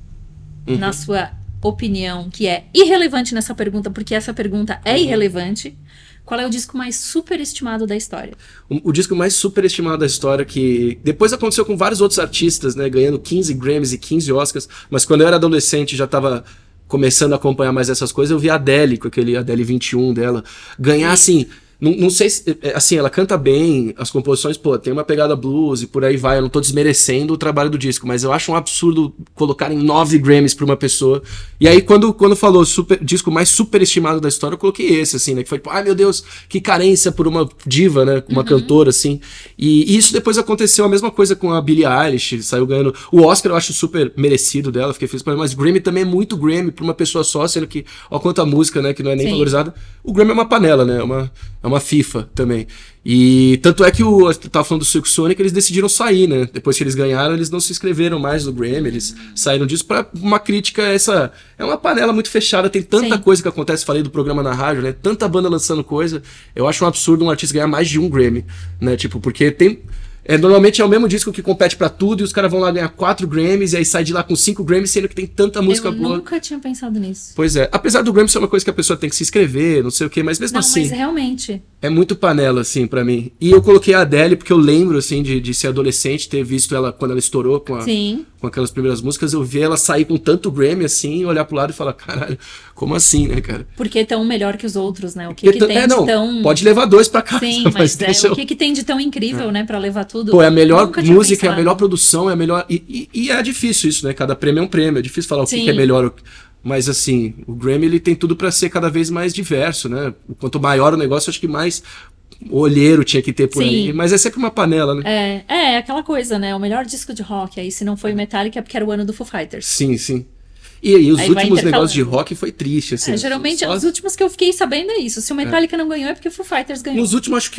na sua opinião, que é irrelevante nessa pergunta, porque essa pergunta é irrelevante, qual é o disco mais superestimado da história? O disco mais superestimado da história, que depois aconteceu com vários outros artistas, né, ganhando 15 Grammys e 15 Oscars, mas quando eu era adolescente já tava começando a acompanhar mais essas coisas, eu vi a Adele, com aquele Adele 21 dela, ganhar assim... Não sei se... Assim, ela canta bem, as composições, pô, tem uma pegada blues e por aí vai. Eu não tô desmerecendo o trabalho do disco, mas eu acho um absurdo colocarem 9 Grammys pra uma pessoa. E aí, quando falou disco mais superestimado da história, eu coloquei esse, assim, né? Que foi, ai meu Deus, que carência por uma diva, né? Uma cantora, assim. E isso depois aconteceu a mesma coisa com a Billie Eilish, saiu ganhando... O Oscar eu acho super merecido dela, fiquei feliz, mas Grammy também é muito Grammy pra uma pessoa só, sendo que, ó, quanta música, né? Que não é nem valorizada. O Grammy é uma panela, né? É uma FIFA também. E tanto é que eu tava falando do Silk Sonic, eles decidiram sair, né? Depois que eles ganharam, eles não se inscreveram mais no Grammy, eles saíram disso pra uma crítica a essa... É uma panela muito fechada, tem tanta coisa que acontece, falei do programa na rádio, né? Tanta banda lançando coisa. Eu acho um absurdo um artista ganhar mais de um Grammy, né? Tipo, porque tem... normalmente é o mesmo disco que compete pra tudo e os caras vão lá ganhar 4 Grammys e aí sai de lá com 5 Grammys, sendo que tem tanta música boa. Eu nunca tinha pensado nisso. Pois é. Apesar do Grammy ser uma coisa que a pessoa tem que se inscrever, não sei o quê, mas mesmo assim... Mas realmente... É muito panela, assim, pra mim. E eu coloquei a Adele porque eu lembro, assim, de ser adolescente, ter visto ela quando ela estourou com aquelas primeiras músicas, eu vi ela sair com tanto Grammy, assim, olhar pro lado e falar, caralho, como assim, né, cara? Porque é tão melhor que os outros, né? O que tem de tão... Pode levar 2 pra casa. Sim, mas o que tem de tão incrível, né, pra levar tudo? Pô, é a melhor música, é a melhor produção, é a melhor... E é difícil isso, né? Cada prêmio é um prêmio, é difícil falar o que é melhor. Mas, assim, o Grammy, ele tem tudo pra ser cada vez mais diverso, né? Quanto maior o negócio, acho que mais olheiro tinha que ter por aí. Mas é sempre uma panela, né? É aquela coisa, né? O melhor disco de rock. Aí, se não foi Metallica, é porque era o ano do Foo Fighters. Sim, sim. E aí, os últimos negócios de rock foi triste, assim. Geralmente, os últimos que eu fiquei sabendo é isso. Se o Metallica não ganhou, é porque o Foo Fighters ganhou. Nos últimos, acho que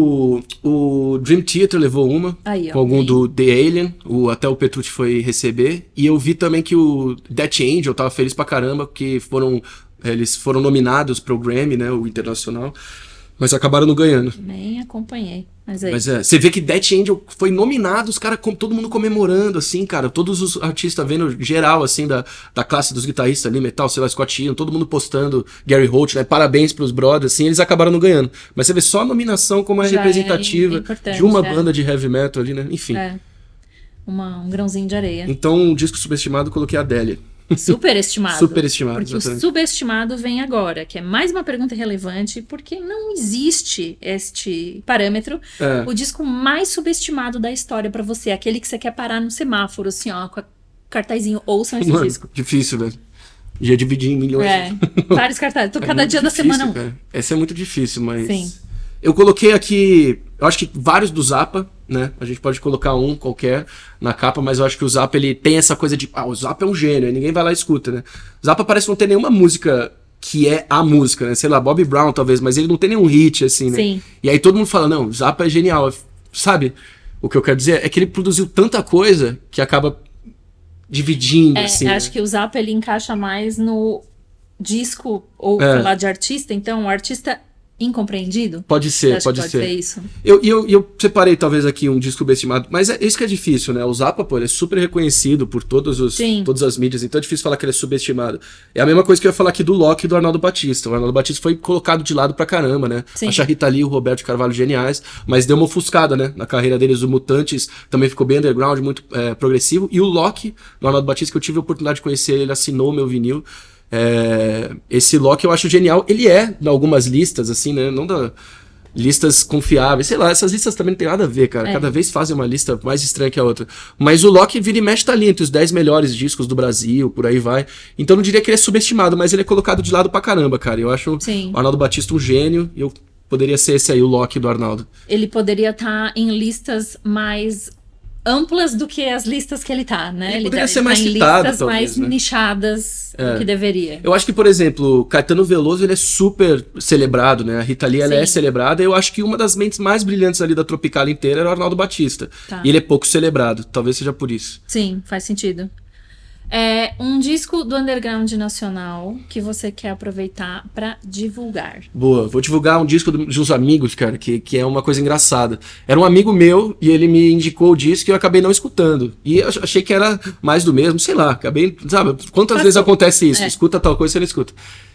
o Dream Theater levou uma, com algum do The Alien, até o Petrucci foi receber. E eu vi também que o Death Angel tava feliz pra caramba, porque eles foram nominados pro Grammy, né, o internacional. Mas acabaram não ganhando. Nem acompanhei. Mas você vê que Death Angel foi nominado, os caras, todo mundo comemorando, assim, cara. Todos os artistas vendo geral, assim, da classe dos guitarristas ali, metal, sei lá, Scott Ian, todo mundo postando Gary Holt, né? Parabéns pros brothers, assim, eles acabaram não ganhando. Mas você vê só a nominação como é representativa de uma banda de heavy metal ali, né? Enfim. Um grãozinho de areia. Então, um disco subestimado, coloquei a Adele. Superestimado. Superestimado, porque exatamente. O subestimado vem agora, que é mais uma pergunta relevante, porque não existe este parâmetro. O disco mais subestimado da história pra você, aquele que você quer parar no semáforo, assim, ó, com a cartazinho, ouçam esse disco. Difícil, velho. Já dividi em milhões. Vários cartazes. Cada dia da semana um. Cara. Essa é muito difícil, mas... Sim. Eu coloquei aqui, eu acho que vários do Zappa, né? A gente pode colocar um qualquer na capa, mas eu acho que o Zappa, ele tem essa coisa de, o Zappa é um gênio, e ninguém vai lá e escuta, né? O Zappa parece não ter nenhuma música que é a música, né? Sei lá, Bobby Brown talvez, mas ele não tem nenhum hit, assim, né? Sim. E aí todo mundo fala, não, o Zappa é genial, sabe? O que eu quero dizer é que ele produziu tanta coisa que acaba dividindo, assim. Acho que o Zappa, ele encaixa mais no disco, ou falar de artista, então, o artista incompreendido? Pode ser, pode ser. ser Isso? Eu separei talvez aqui um disco subestimado, mas é isso que é difícil, né? O Zappa, pô, ele é super reconhecido por todas as mídias, então é difícil falar que ele é subestimado. É a mesma coisa que eu ia falar aqui do Locke e do Arnaldo Batista. O Arnaldo Batista foi colocado de lado pra caramba, né? Sim. Acho a Rita Lee e o Roberto Carvalho geniais, mas deu uma ofuscada, né? Na carreira deles, o Mutantes também ficou bem underground, muito progressivo. E o Locke, do Arnaldo Batista, que eu tive a oportunidade de conhecer, ele assinou o meu vinil. Esse Locke eu acho genial. Ele em algumas listas, assim, né? Não da listas confiáveis, sei lá, essas listas também não tem nada a ver, cara. Cada vez fazem uma lista mais estranha que a outra. Mas o Locke vira e mexe tá ali entre os 10 melhores discos do Brasil, por aí vai. Então eu não diria que ele é subestimado, mas ele é colocado de lado pra caramba, cara. Eu acho o Arnaldo Batista um gênio e eu poderia ser esse aí, o Locke do Arnaldo. Ele poderia estar em listas mais amplas do que as listas que ele tá, né? Ele poderia ser mais citado, listas talvez, mais nichadas do que deveria. Eu acho que, por exemplo, Caetano Veloso, ele é super celebrado, né? A Rita Lee, ela é celebrada. Eu acho que uma das mentes mais brilhantes ali da Tropicália inteira era o Arnaldo Batista. Tá. E ele é pouco celebrado, talvez seja por isso. Sim, faz sentido. Um disco do underground nacional que você quer aproveitar pra divulgar. Boa, vou divulgar um disco de uns amigos, cara, que é uma coisa engraçada. Era um amigo meu e ele me indicou o disco e eu acabei não escutando. E eu achei que era mais do mesmo, sei lá, acabei, sabe, quantas vezes acontece isso? Escuta tal coisa, você não escuta.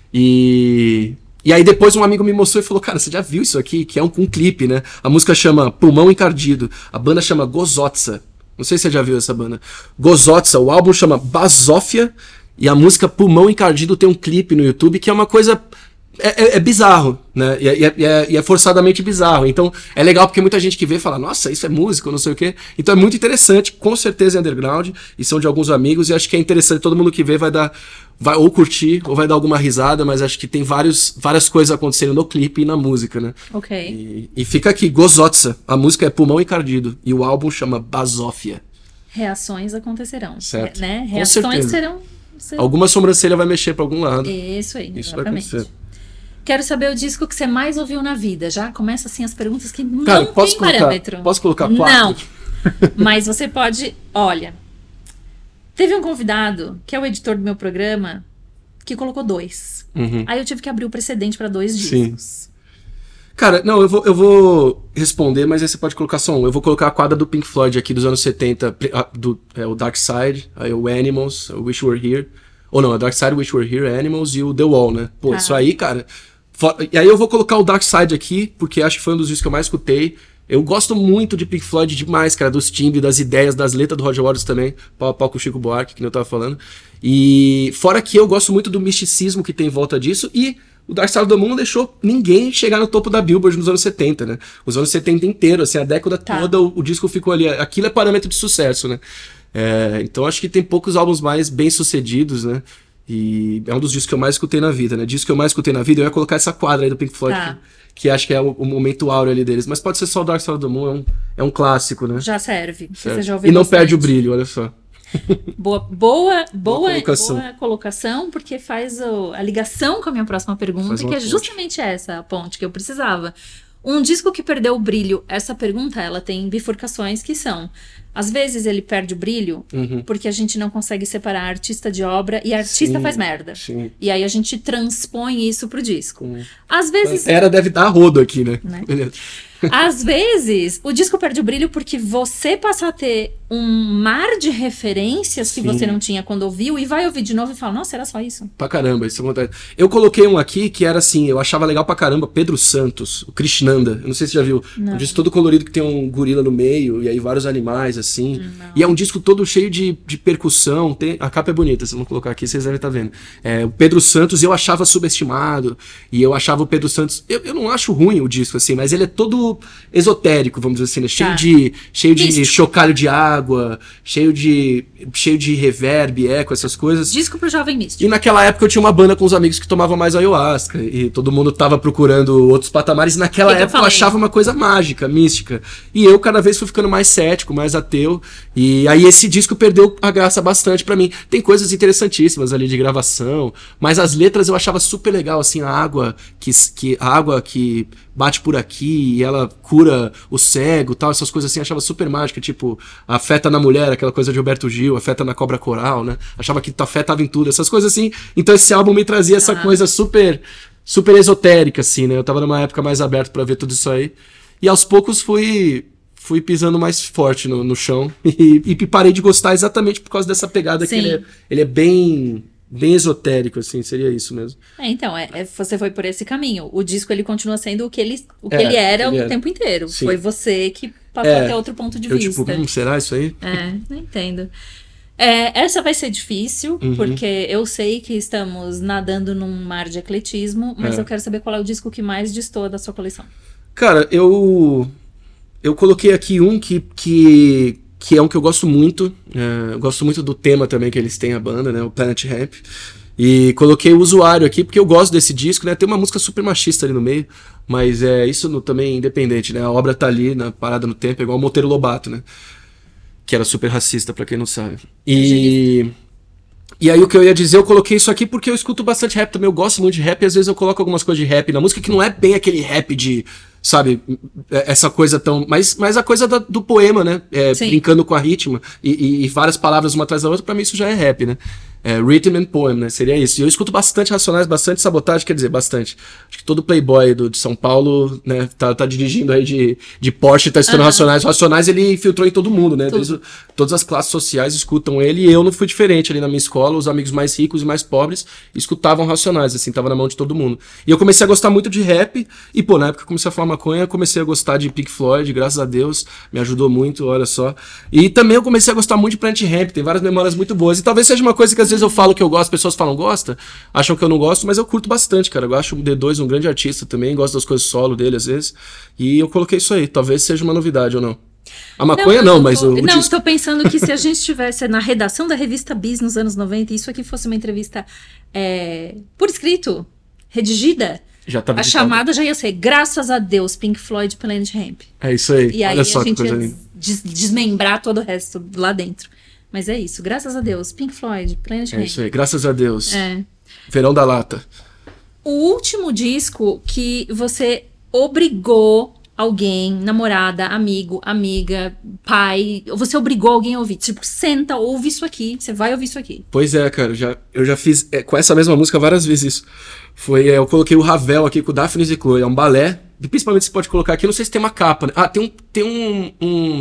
E aí depois um amigo me mostrou e falou, cara, você já viu isso aqui? Que é um clipe, né? A música chama Pulmão Encardido, a banda chama Gozotsa. Não sei se você já viu essa banda. Gozotsa, o álbum chama Basófia e a música Pulmão Encardido tem um clipe no YouTube que é uma coisa... É bizarro, né? E é forçadamente bizarro. Então é legal porque muita gente que vê fala, nossa, isso é música, não sei o quê. Então é muito interessante, com certeza é underground, e são de alguns amigos, e acho que é interessante, todo mundo que vê vai ou curtir, ou vai dar alguma risada, mas acho que tem várias coisas acontecendo no clipe e na música, né? Ok. E fica aqui, Gozotsa, a música é Pulmão Encardido, e o álbum chama Basófia. Reações acontecerão. Certo. Né? Reações serão... Alguma sobrancelha vai mexer pra algum lado. Isso aí, isso exatamente. Vai acontecer. Quero saber o disco que você mais ouviu na vida. Já começa assim as perguntas que não tem parâmetro. Posso colocar 4? Não. Mas você pode... Olha, teve um convidado, que é o editor do meu programa, que colocou 2. Uhum. Aí eu tive que abrir o precedente para 2 discos. Sim. Cara, não, eu vou responder, mas aí você pode colocar só um. Eu vou colocar a quadra do Pink Floyd aqui dos anos 70, o Dark Side, aí o Animals, o Wish You Were Here. Ou não, a Dark Side, Wish You Were Here, Animals e o The Wall, né? Pô, isso aí, cara... E aí eu vou colocar o Dark Side aqui, porque acho que foi um dos discos que eu mais escutei. Eu gosto muito de Pink Floyd demais, cara, dos timbres, das ideias, das letras do Roger Waters também, pau a pau com o Chico Buarque, que nem eu tava falando. E fora que eu gosto muito do misticismo que tem em volta disso, e o Dark Side of the Moon não deixou ninguém chegar no topo da Billboard nos anos 70, né? Os anos 70 inteiro, assim, a década toda o disco ficou ali. Aquilo é parâmetro de sucesso, né? Então acho que tem poucos álbuns mais bem-sucedidos, né? E é um dos discos que eu mais escutei na vida, né? Disco que eu mais escutei na vida, eu ia colocar essa quadra aí do Pink Floyd, que acho que é o momento áureo ali deles. Mas pode ser só o Dark Side of the Moon, é um clássico, né? Já serve. Você já ouviu e não bastante. Perde o brilho, olha só. Boa colocação, porque faz a ligação com a minha próxima pergunta, que é justamente essa, a ponte que eu precisava. Um disco que perdeu o brilho, essa pergunta, ela tem bifurcações que são... Às vezes ele perde o brilho porque a gente não consegue separar artista de obra e artista faz merda. Sim. E aí a gente transpõe isso pro disco. Às vezes... Deve dar rodo aqui, né? Beleza. Às vezes, o disco perde o brilho porque você passa a ter um mar de referências que você não tinha quando ouviu e vai ouvir de novo e fala, nossa, era só isso. Pra caramba, isso acontece. Eu coloquei um aqui que era assim, eu achava legal pra caramba, Pedro Santos, o Krishnanda. Eu não sei se você já viu. Um disco todo colorido que tem um gorila no meio e aí vários animais, assim. E é um disco todo cheio de percussão. A capa é bonita, se eu não colocar aqui, vocês devem estar vendo. O Pedro Santos eu achava subestimado e eu achava o Pedro Santos... Eu não acho ruim o disco, assim, mas ele é todo muito esotérico, vamos dizer assim, né? Cheio Tá. de Místico. chocalho de água, cheio de reverb, eco, essas coisas. Disco pro jovem místico. E naquela época eu tinha uma banda com os amigos que tomavam mais ayahuasca. E todo mundo tava procurando outros patamares. E naquela Que eu época eu falei? achava uma coisa mágica, mística. E eu cada vez fui ficando mais cético, mais ateu. E aí esse disco perdeu a graça bastante pra mim. Tem coisas interessantíssimas ali de gravação. Mas as letras eu achava super legal, assim, a água que bate por aqui e ela cura o cego, tal, essas coisas assim, achava super mágica, tipo, afeta na mulher, aquela coisa de Gilberto Gil, afeta na cobra coral, né? Achava que afetava em tudo, essas coisas assim. Então esse álbum me trazia essa coisa super esotérica, assim, né? Eu tava numa época mais aberta pra ver tudo isso aí. E aos poucos fui pisando mais forte no chão e parei de gostar exatamente por causa dessa pegada Sim. que ele é bem esotérico, assim, seria isso mesmo. Então, você foi por esse caminho. O disco, ele continua sendo o que ele É, era ele o era. tempo inteiro. Sim. Foi você que passou até outro ponto de Eu vista. tipo, será isso aí? Não entendo. Essa vai ser difícil, porque eu sei que estamos nadando num mar de ecletismo, mas eu quero saber qual é o disco que mais destoa da sua coleção. Cara, eu coloquei aqui um que é um que eu gosto muito. Eu gosto muito do tema também que eles têm, a banda, né? O Planet Hemp. E coloquei o Usuário aqui, porque eu gosto desse disco, né? Tem uma música super machista ali no meio, mas isso também é independente, né? A obra tá ali, na parada no tempo, é igual o Monteiro Lobato, né? Que era super racista, pra quem não sabe. E aí o que eu ia dizer, eu coloquei isso aqui porque eu escuto bastante rap também, eu gosto muito de rap, e às vezes eu coloco algumas coisas de rap na música que não é bem aquele rap de, sabe, essa coisa tão... Mas a coisa do poema, né? Sim. Brincando com a ritmo e várias palavras uma atrás da outra, pra mim isso já é rap, né? Rhythm and Poem, né? Seria isso. E eu escuto bastante Racionais, bastante Sabotagem, quer dizer, bastante. Acho que todo playboy de São Paulo, né, tá dirigindo aí de Porsche, tá escutando Racionais. Racionais ele infiltrou em todo mundo, né? Todas as classes sociais escutam ele, e eu não fui diferente ali na minha escola. Os amigos mais ricos e mais pobres escutavam Racionais, assim, tava na mão de todo mundo. E eu comecei a gostar muito de rap, e pô, na época que eu comecei a fumar maconha, eu comecei a gostar de Pink Floyd, graças a Deus, me ajudou muito, olha só. E também eu comecei a gostar muito de Planet Hemp, tem várias memórias muito boas. E talvez seja uma coisa que às vezes eu falo que eu gosto, as pessoas falam gosta, acham que eu não gosto, mas eu curto bastante, cara. Eu acho o D2 um grande artista também, gosto das coisas solo dele às vezes. E eu coloquei isso aí, talvez seja uma novidade ou não. A maconha mas o Não, disco. tô pensando que se a gente estivesse na redação da revista Bis nos anos 90 e isso aqui fosse uma entrevista por escrito, redigida, Já tava a editado. chamada já ia ser graças a Deus, Pink Floyd, Planet Hemp. É isso aí, E aí olha só a que gente coisa ia linda. desmembrar todo o resto lá dentro. Mas é isso, graças a Deus, Pink Floyd, Planet É Hemp. isso aí, graças a Deus. É. Verão da Lata. O último disco que você obrigou alguém, namorada, amigo, amiga, pai, você obrigou alguém a ouvir. Tipo, senta, ouve isso aqui, você vai ouvir isso aqui. Pois é, cara, eu já fiz com essa mesma música várias vezes isso. Eu coloquei o Ravel aqui com o Daphne e Chloe, é um balé, e principalmente você pode colocar aqui, não sei se tem uma capa, né? Tem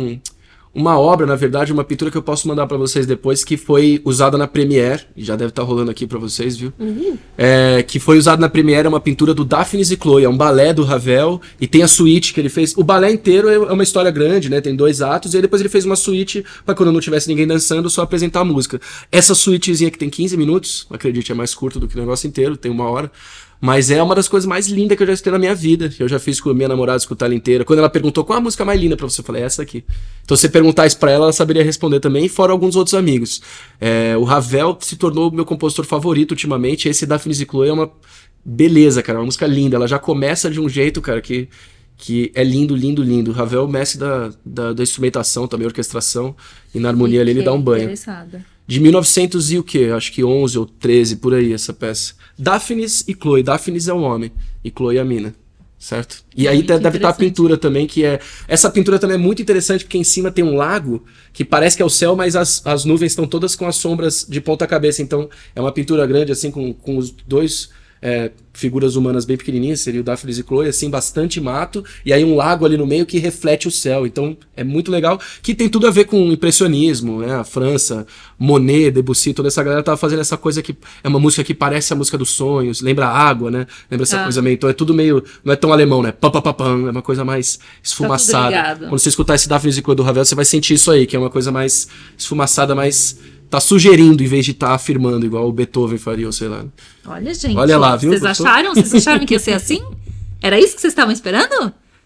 uma obra, na verdade, uma pintura que eu posso mandar pra vocês depois, que foi usada na Premiere, e já deve estar rolando aqui pra vocês, viu? Que foi usada na Premiere, é uma pintura do Daphne e Chloe, é um balé do Ravel, e tem a suíte que ele fez. O balé inteiro é uma história grande, né? Tem 2 atos, e aí depois ele fez uma suíte pra quando não tivesse ninguém dançando, só apresentar a música. Essa suítezinha que tem 15 minutos, acredite, é mais curto do que o negócio inteiro, tem 1 hora. Mas é uma das coisas mais lindas que eu já escutei na minha vida. Que eu já fiz com a minha namorada escutar ela inteira. Quando ela perguntou qual a música mais linda pra você, eu falei, essa aqui. Então se você perguntar isso pra ela, ela saberia responder também, fora alguns outros amigos. O Ravel se tornou o meu compositor favorito ultimamente. Esse Daphne e Chloe é uma beleza, cara. Uma música linda. Ela já começa de um jeito, cara, que é lindo, lindo, lindo. O Ravel é o mestre da instrumentação, também orquestração. E na harmonia ali ele dá um banho. Interessada. De 1900 e o quê? Acho que 11 ou 13, por aí, essa peça. Daphnis e Chloe. Daphnis é o homem e Chloe é a mina, certo? E aí Muito deve estar a interessante. pintura também, que é... Essa pintura também é muito interessante, porque em cima tem um lago, que parece que é o céu, mas as nuvens estão todas com as sombras de ponta cabeça. Então é uma pintura grande, assim, com os 2... figuras humanas bem pequenininhas, seria o Daphne e Chloe, assim, bastante mato, e aí um lago ali no meio que reflete o céu. Então é muito legal, que tem tudo a ver com impressionismo, né? A França, Monet, Debussy, toda essa galera tava fazendo essa coisa que é uma música que parece a música dos sonhos, lembra a água, né? Lembra essa coisa meio... Então é tudo meio... Não é tão alemão, né? Pam, pam, pam, pam, é uma coisa mais esfumaçada. ligado. Quando você escutar esse Daphne e Chloe do Ravel, você vai sentir isso aí, que é uma coisa mais esfumaçada, mais... Tá sugerindo em vez de estar afirmando, igual o Beethoven faria, ou sei lá. Olha, gente. Olha lá, viu? Vocês Gostou? acharam? Vocês acharam que ia ser assim? Era isso que vocês estavam esperando?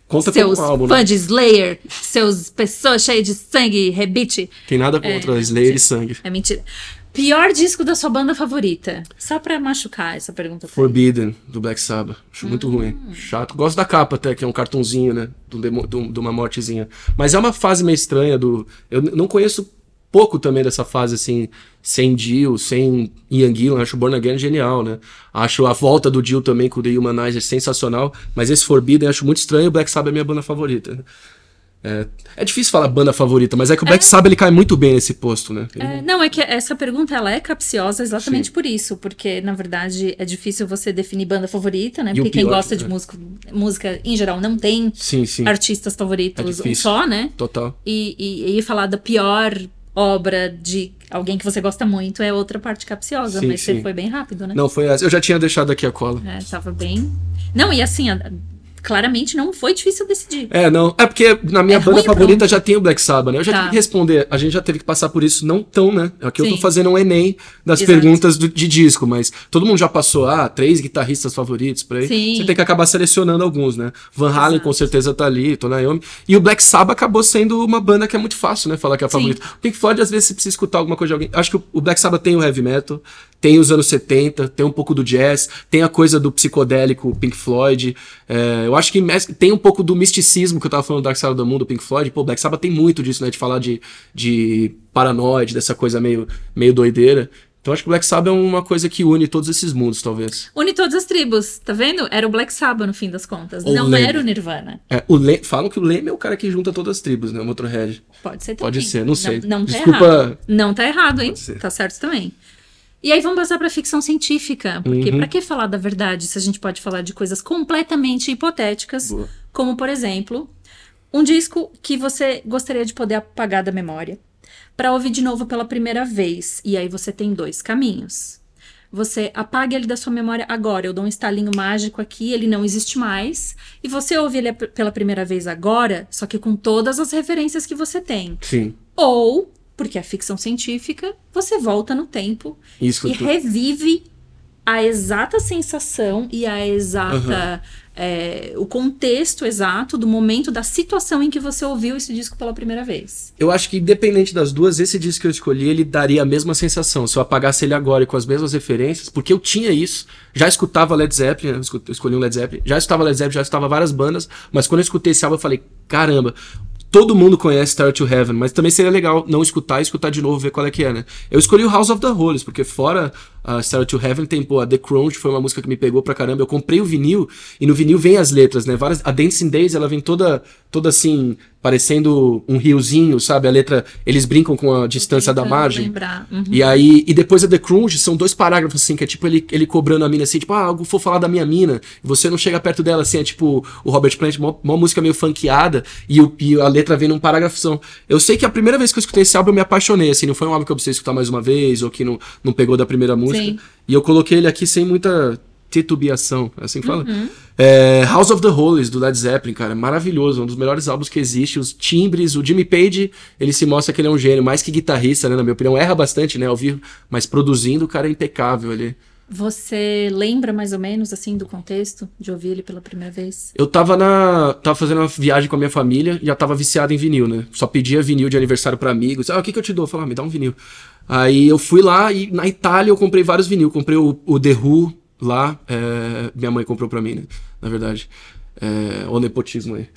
Conta como seus um álbum, fãs né? de Slayer, seus pessoas cheias de sangue, rebite. Tem nada contra Slayer e sangue. É mentira. Pior disco da sua banda favorita? Só pra machucar essa pergunta. Forbidden, do Black Sabbath. Acho muito ruim. Chato. Gosto da capa até, que é um cartãozinho, né? De uma mortezinha. Mas é uma fase meio estranha do... Eu não conheço pouco também dessa fase, assim, sem Dio, sem Ian Gillan. Acho o Born Again genial, né? Acho a volta do Dio também com o The Humanizer sensacional. Mas esse Forbidden acho muito estranho e o Black Sabbath é minha banda favorita. É difícil falar banda favorita, mas é que o Black Sabbath ele cai muito bem nesse posto, né? Não, é que essa pergunta ela é capciosa exatamente Sim. por isso, porque na verdade é difícil você definir banda favorita, né? E o Porque quem pior, gosta de música em geral não tem Sim. artistas É favoritos um difícil. só, né? Total. E falar da pior obra de alguém que você gosta muito é outra parte capciosa, Sim, mas sim. você foi bem rápido, né? Não, foi essa. Eu já tinha deixado aqui a cola. Tava bem... Não, e assim, claramente não foi difícil decidir. Não. É porque na minha banda ruim, favorita pronto. já tem o Black Sabbath, né? Eu já Tá. tive que responder. A gente já teve que passar por isso, não tão, né? Aqui eu tô Sim. fazendo um Enem das Exato. perguntas de disco, mas todo mundo já passou, 3 guitarristas favoritos por aí. Sim. Você tem que acabar selecionando alguns, né? Van Halen Exato. com certeza tá ali, Tony Iommi. E o Black Sabbath acabou sendo uma banda que é muito fácil, né? Falar que é a Sim. favorita. O Pink Floyd, às vezes, você precisa escutar alguma coisa de alguém. Acho que o Black Sabbath tem o heavy metal, tem os anos 70, tem um pouco do jazz, tem a coisa do psicodélico Pink Floyd. Eu acho que tem um pouco do misticismo que eu tava falando do Dark Side of the Moon, do Pink Floyd. Pô, o Black Sabbath tem muito disso, né? De falar de paranoide, dessa coisa meio doideira. Então acho que o Black Sabbath é uma coisa que une todos esses mundos, talvez. Une todas as tribos, tá vendo? Era o Black Sabbath no fim das contas, Ou não Leme. era o Nirvana. Falam que o Leme é o cara que junta todas as tribos, né? O Motorhead. Pode ser também. Pode ser, não sei. Não tá Desculpa. errado. Não tá errado, hein? Pode ser. Tá certo também. E aí vamos passar pra ficção científica, porque pra que falar da verdade se a gente pode falar de coisas completamente hipotéticas, Boa. como por exemplo, um disco que você gostaria de poder apagar da memória pra ouvir de novo pela primeira vez. E aí você tem 2 caminhos. Você apaga ele da sua memória agora, eu dou um estalinho mágico aqui, ele não existe mais, e você ouve ele pela primeira vez agora, só que com todas as referências que você tem. Sim. Ou, porque é ficção científica, você volta no tempo Isso e que revive a exata sensação e a exata... o contexto exato do momento, da situação em que você ouviu esse disco pela primeira vez. Eu acho que independente das duas, esse disco que eu escolhi, ele daria a mesma sensação. Se eu apagasse ele agora e com as mesmas referências, porque eu tinha isso, já escutava Led Zeppelin, eu escolhi um Led Zeppelin, já escutava Led Zeppelin, já escutava várias bandas, mas quando eu escutei esse álbum eu falei, caramba, todo mundo conhece Stairway to Heaven, mas também seria legal não escutar e escutar de novo, ver qual é que é, né? Eu escolhi o House of the Holies, porque fora Stairway to Heaven tem, a The Crown, que foi uma música que me pegou pra caramba. Eu comprei o vinil, e no vinil vem as letras, né? A Dancing Days, ela vem toda assim, parecendo um riozinho, sabe? A letra, eles brincam com a distância da margem. Lembrar. E depois a The Crunch, são 2 parágrafos, assim, que é tipo ele cobrando a mina, assim, tipo, eu vou falar da minha mina, e você não chega perto dela, assim, é tipo o Robert Plant, uma música meio funkeada, e a letra vem num parágrafo. Eu sei que a primeira vez que eu escutei esse álbum eu me apaixonei, assim, não foi um álbum que eu precisei escutar mais uma vez, ou que não pegou da primeira música. Sim. E eu coloquei ele aqui sem muita titubeação, assim que fala. House of the Holies, do Led Zeppelin, cara, maravilhoso, um dos melhores álbuns que existe, os timbres, o Jimmy Page, ele se mostra que ele é um gênio, mais que guitarrista, né, na minha opinião, erra bastante, né, ao vivo, mas produzindo, o cara é impecável ali. Você lembra mais ou menos, assim, do contexto de ouvir ele pela primeira vez? Eu tava fazendo uma viagem com a minha família, já tava viciado em vinil, né, só pedia vinil de aniversário pra amigos, o que eu te dou? Eu falava, me dá um vinil. Aí eu fui lá e na Itália eu comprei vários vinil, comprei o The Who lá, minha mãe comprou pra mim, né, na verdade, o nepotismo aí.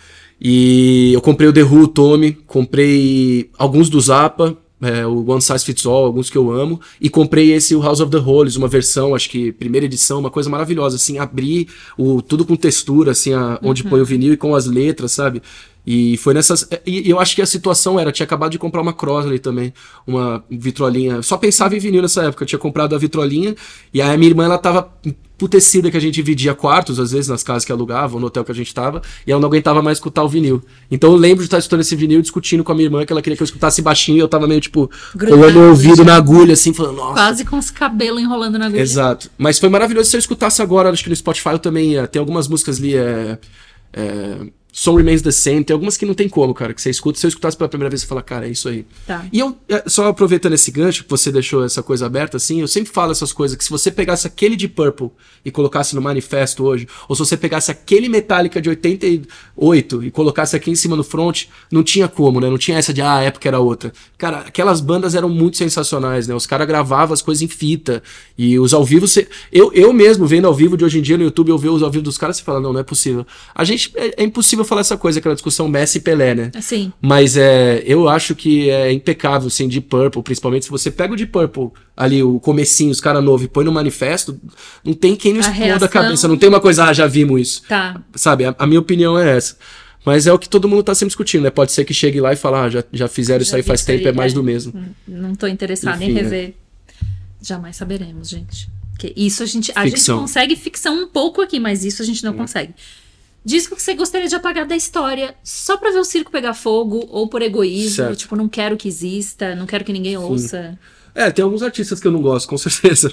E eu comprei o The Who, o Tommy, comprei alguns do Zappa, o One Size Fits All, alguns que eu amo, e comprei o House of the Holies, uma versão, acho que primeira edição, uma coisa maravilhosa, assim, abrir tudo com textura, assim, onde põe o vinil e com as letras, sabe? E foi nessas... E eu acho que a situação tinha acabado de comprar uma Crosley também, uma vitrolinha. Eu só pensava em vinil nessa época, eu tinha comprado a vitrolinha, e aí a minha irmã, ela tava emputecida que a gente dividia quartos, às vezes, nas casas que alugavam, no hotel que a gente tava, e ela não aguentava mais escutar o vinil. Então eu lembro de estar escutando esse vinil, discutindo com a minha irmã, que ela queria que eu escutasse baixinho, e eu tava meio, tipo, colando o ouvido na agulha, assim, falando, nossa... Quase com os cabelos enrolando na agulha. Exato. Mas foi maravilhoso se eu escutasse agora, acho que no Spotify eu também tem algumas músicas ali, Song Remains the Same, tem algumas que não tem como, cara, que você escuta, se eu escutasse pela primeira vez, você fala, cara, é isso aí. Tá. E eu, só aproveitando esse gancho, que você deixou essa coisa aberta, assim, eu sempre falo essas coisas, que se você pegasse aquele Deep Purple e colocasse no Manifesto hoje, ou se você pegasse aquele Metallica de 88 e colocasse aqui em cima no front, não tinha como, né, não tinha essa de, a época era outra. Cara, aquelas bandas eram muito sensacionais, né, os caras gravavam as coisas em fita, e os ao vivo, eu mesmo, vendo ao vivo de hoje em dia no YouTube, eu vejo os ao vivo dos caras e fala, não é possível. A gente, é impossível falar essa coisa, aquela discussão Messi e Pelé, né? Assim. Mas eu acho que é impecável, assim, Deep Purple, principalmente se você pega o Deep Purple, ali, o comecinho, os caras novos, e põe no Manifesto, não tem quem não exploda a cabeça, não tem uma coisa, já vimos isso. Tá. Sabe, a minha opinião é essa. Mas é o que todo mundo tá sempre discutindo, né? Pode ser que chegue lá e fale, já fizeram isso aí faz tempo, é mais do mesmo. Não tô interessado Enfim, em rever. Jamais saberemos, gente. Porque isso a gente Ficção. consegue ficção um pouco aqui, mas isso a gente não consegue. Disco que você gostaria de apagar da história só pra ver o circo pegar fogo, ou por egoísmo, Certo. tipo, não quero que exista, não quero que ninguém ouça. Tem alguns artistas que eu não gosto, com certeza,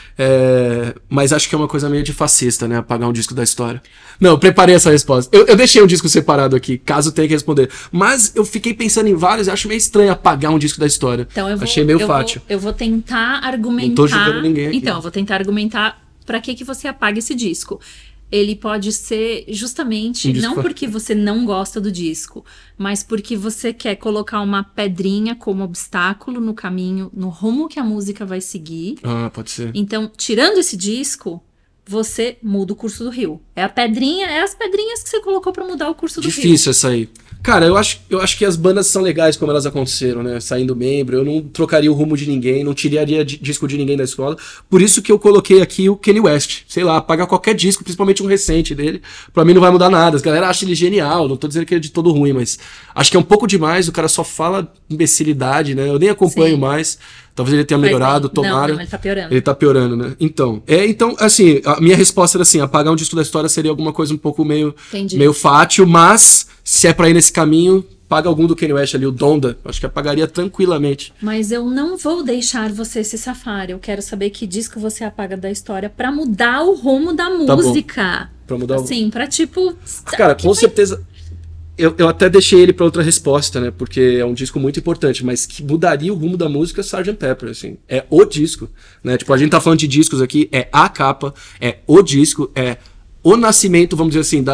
mas acho que é uma coisa meio de fascista, né? Apagar um disco da história. Não, eu preparei essa resposta. Eu deixei um disco separado aqui, caso tenha que responder. Mas eu fiquei pensando em vários e acho meio estranho apagar um disco da história. Então Achei meio fácil. Eu vou tentar argumentar. Não tô julgando ninguém aqui. Então, eu vou tentar argumentar pra que você apaga esse disco. Ele pode ser justamente, não porque você não gosta do disco, mas porque você quer colocar uma pedrinha como obstáculo no caminho, no rumo que a música vai seguir. Ah, pode ser. Então, tirando esse disco, você muda o curso do rio. É as pedrinhas que você colocou pra mudar o curso do rio. Difícil essa aí. Cara, eu acho que as bandas são legais como elas aconteceram, né? Saindo membro, eu não trocaria o rumo de ninguém, não tiraria disco de ninguém da escola. Por isso que eu coloquei aqui o Kanye West. Sei lá, apagar qualquer disco, principalmente um recente dele. Pra mim não vai mudar nada. A galera acha ele genial, não tô dizendo que ele é de todo ruim, mas acho que é um pouco demais, o cara só fala imbecilidade, né? Eu nem acompanho mais. Talvez ele tenha melhorado, tomara. Não, ele tá piorando. Ele tá piorando, né? Então, assim, a minha resposta era assim, apagar um disco da história seria alguma coisa um pouco meio fátil, mas se é pra ir nesse caminho, paga algum do Kanye West ali, o Donda, acho que apagaria tranquilamente. Mas eu não vou deixar você se safar, eu quero saber que disco você apaga da história pra mudar o rumo da música. Pra mudar assim, pra tipo... Cara, com certeza... Eu até deixei ele pra outra resposta, né? Porque é um disco muito importante, mas que mudaria o rumo da música Sgt. Pepper, assim. É o disco, né? Tipo, a gente tá falando de discos aqui, é a capa, é o disco, é o nascimento, vamos dizer assim,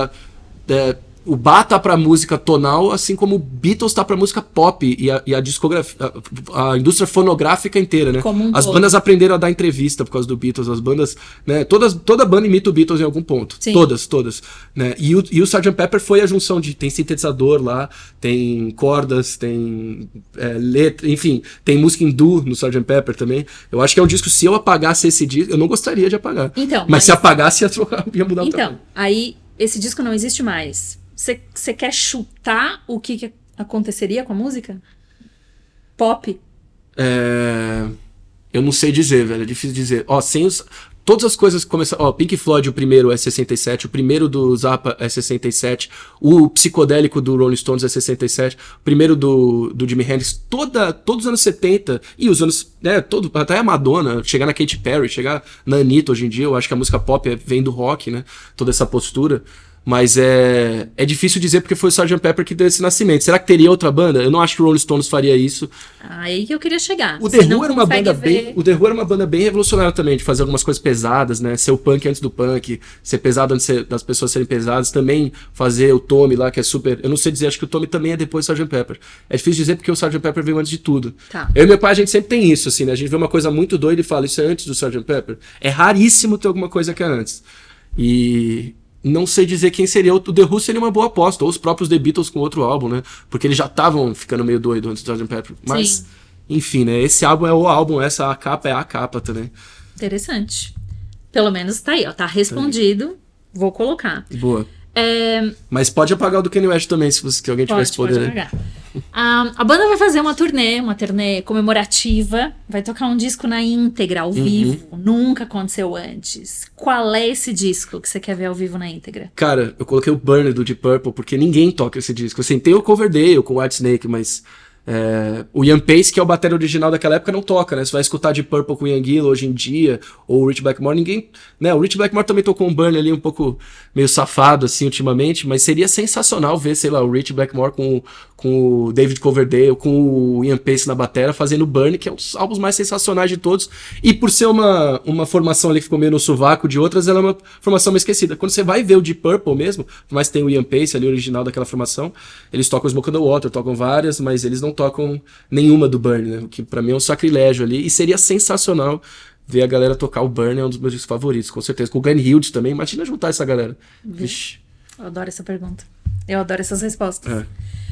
o Bach tá pra música tonal, assim como o Beatles tá pra música pop e a discografia, a indústria fonográfica inteira, né? As bandas aprenderam a dar entrevista por causa do Beatles, as bandas, né? Toda banda imita o Beatles em algum ponto. Sim. Todas, né? E o Sgt. Pepper foi a junção tem sintetizador lá, tem cordas, tem letra, enfim, tem música hindu no Sgt. Pepper também. Eu acho que é um disco, se eu apagasse esse disco, eu não gostaria de apagar. Então, mas se apagasse, ia mudar o tamanho. Então, aí, esse disco não existe mais. Você quer chutar o que aconteceria com a música? Pop? Eu não sei dizer, velho. É difícil dizer. Todas as coisas começaram... Pink Floyd, o primeiro é 67. O primeiro do Zappa é 67. O psicodélico do Rolling Stones é 67. O primeiro do Jimi Hendrix. Todos os anos 70. E os anos... até a Madonna. Chegar na Katy Perry. Chegar na Anitta hoje em dia. Eu acho que a música pop vem do rock, né? Toda essa postura. Mas é difícil dizer porque foi o Sgt. Pepper que deu esse nascimento. Será que teria outra banda? Eu não acho que o Rolling Stones faria isso. Aí que eu queria chegar. O The Who era uma banda bem revolucionária também, de fazer algumas coisas pesadas, né? Ser o punk antes do punk, ser pesado antes das pessoas serem pesadas, também fazer o Tommy lá, que é super... Eu não sei dizer, acho que o Tommy também é depois do Sgt. Pepper. É difícil dizer porque o Sgt. Pepper veio antes de tudo. Tá. Eu e meu pai, a gente sempre tem isso, assim, né? A gente vê uma coisa muito doida e fala, isso é antes do Sgt. Pepper. É raríssimo ter alguma coisa que é antes. E... não sei dizer quem seria. O The Who seria uma boa aposta. Ou os próprios The Beatles com outro álbum, né? Porque eles já estavam ficando meio doidos antes do Sgt. Pepper. Mas, sim, enfim, né? Esse álbum é o álbum, essa a capa é a capa também. Interessante. Pelo menos tá aí, ó. Tá respondido. Vou colocar. Boa. Mas pode apagar o do Kanye West também, se alguém tivesse poder. Pode apagar. A banda vai fazer uma turnê comemorativa, vai tocar um disco na íntegra, ao vivo, nunca aconteceu antes. Qual é esse disco que você quer ver ao vivo na íntegra? Cara, eu coloquei o Burner do Deep Purple, porque ninguém toca esse disco. Assim, tem o Coverdale com o Whitesnake, mas O Ian Pace, que é o batera original daquela época, não toca, né? Você vai escutar de Purple com o Ian Gillan hoje em dia, ou o Rich Blackmore, ninguém... Né? O Rich Blackmore também tocou um Burn ali um pouco meio safado, assim, ultimamente, mas seria sensacional ver, sei lá, o Rich Blackmore com o David Coverdale, com o Ian Pace na batera, fazendo Burn, que é um dos álbuns mais sensacionais de todos, e por ser uma formação ali que ficou meio no sovaco de outras, ela é uma formação meio esquecida. Quando você vai ver o Deep Purple mesmo, mas tem o Ian Pace ali, original daquela formação, eles tocam Smoke on the Water, tocam várias, mas eles não tocam nenhuma do Burn, né? O que pra mim é um sacrilégio ali, e seria sensacional ver a galera tocar o Burn, é um dos meus discos favoritos, com certeza. Com o Glenn Hughes também, imagina juntar essa galera. Vixe. Eu adoro essa pergunta. Eu adoro essas respostas.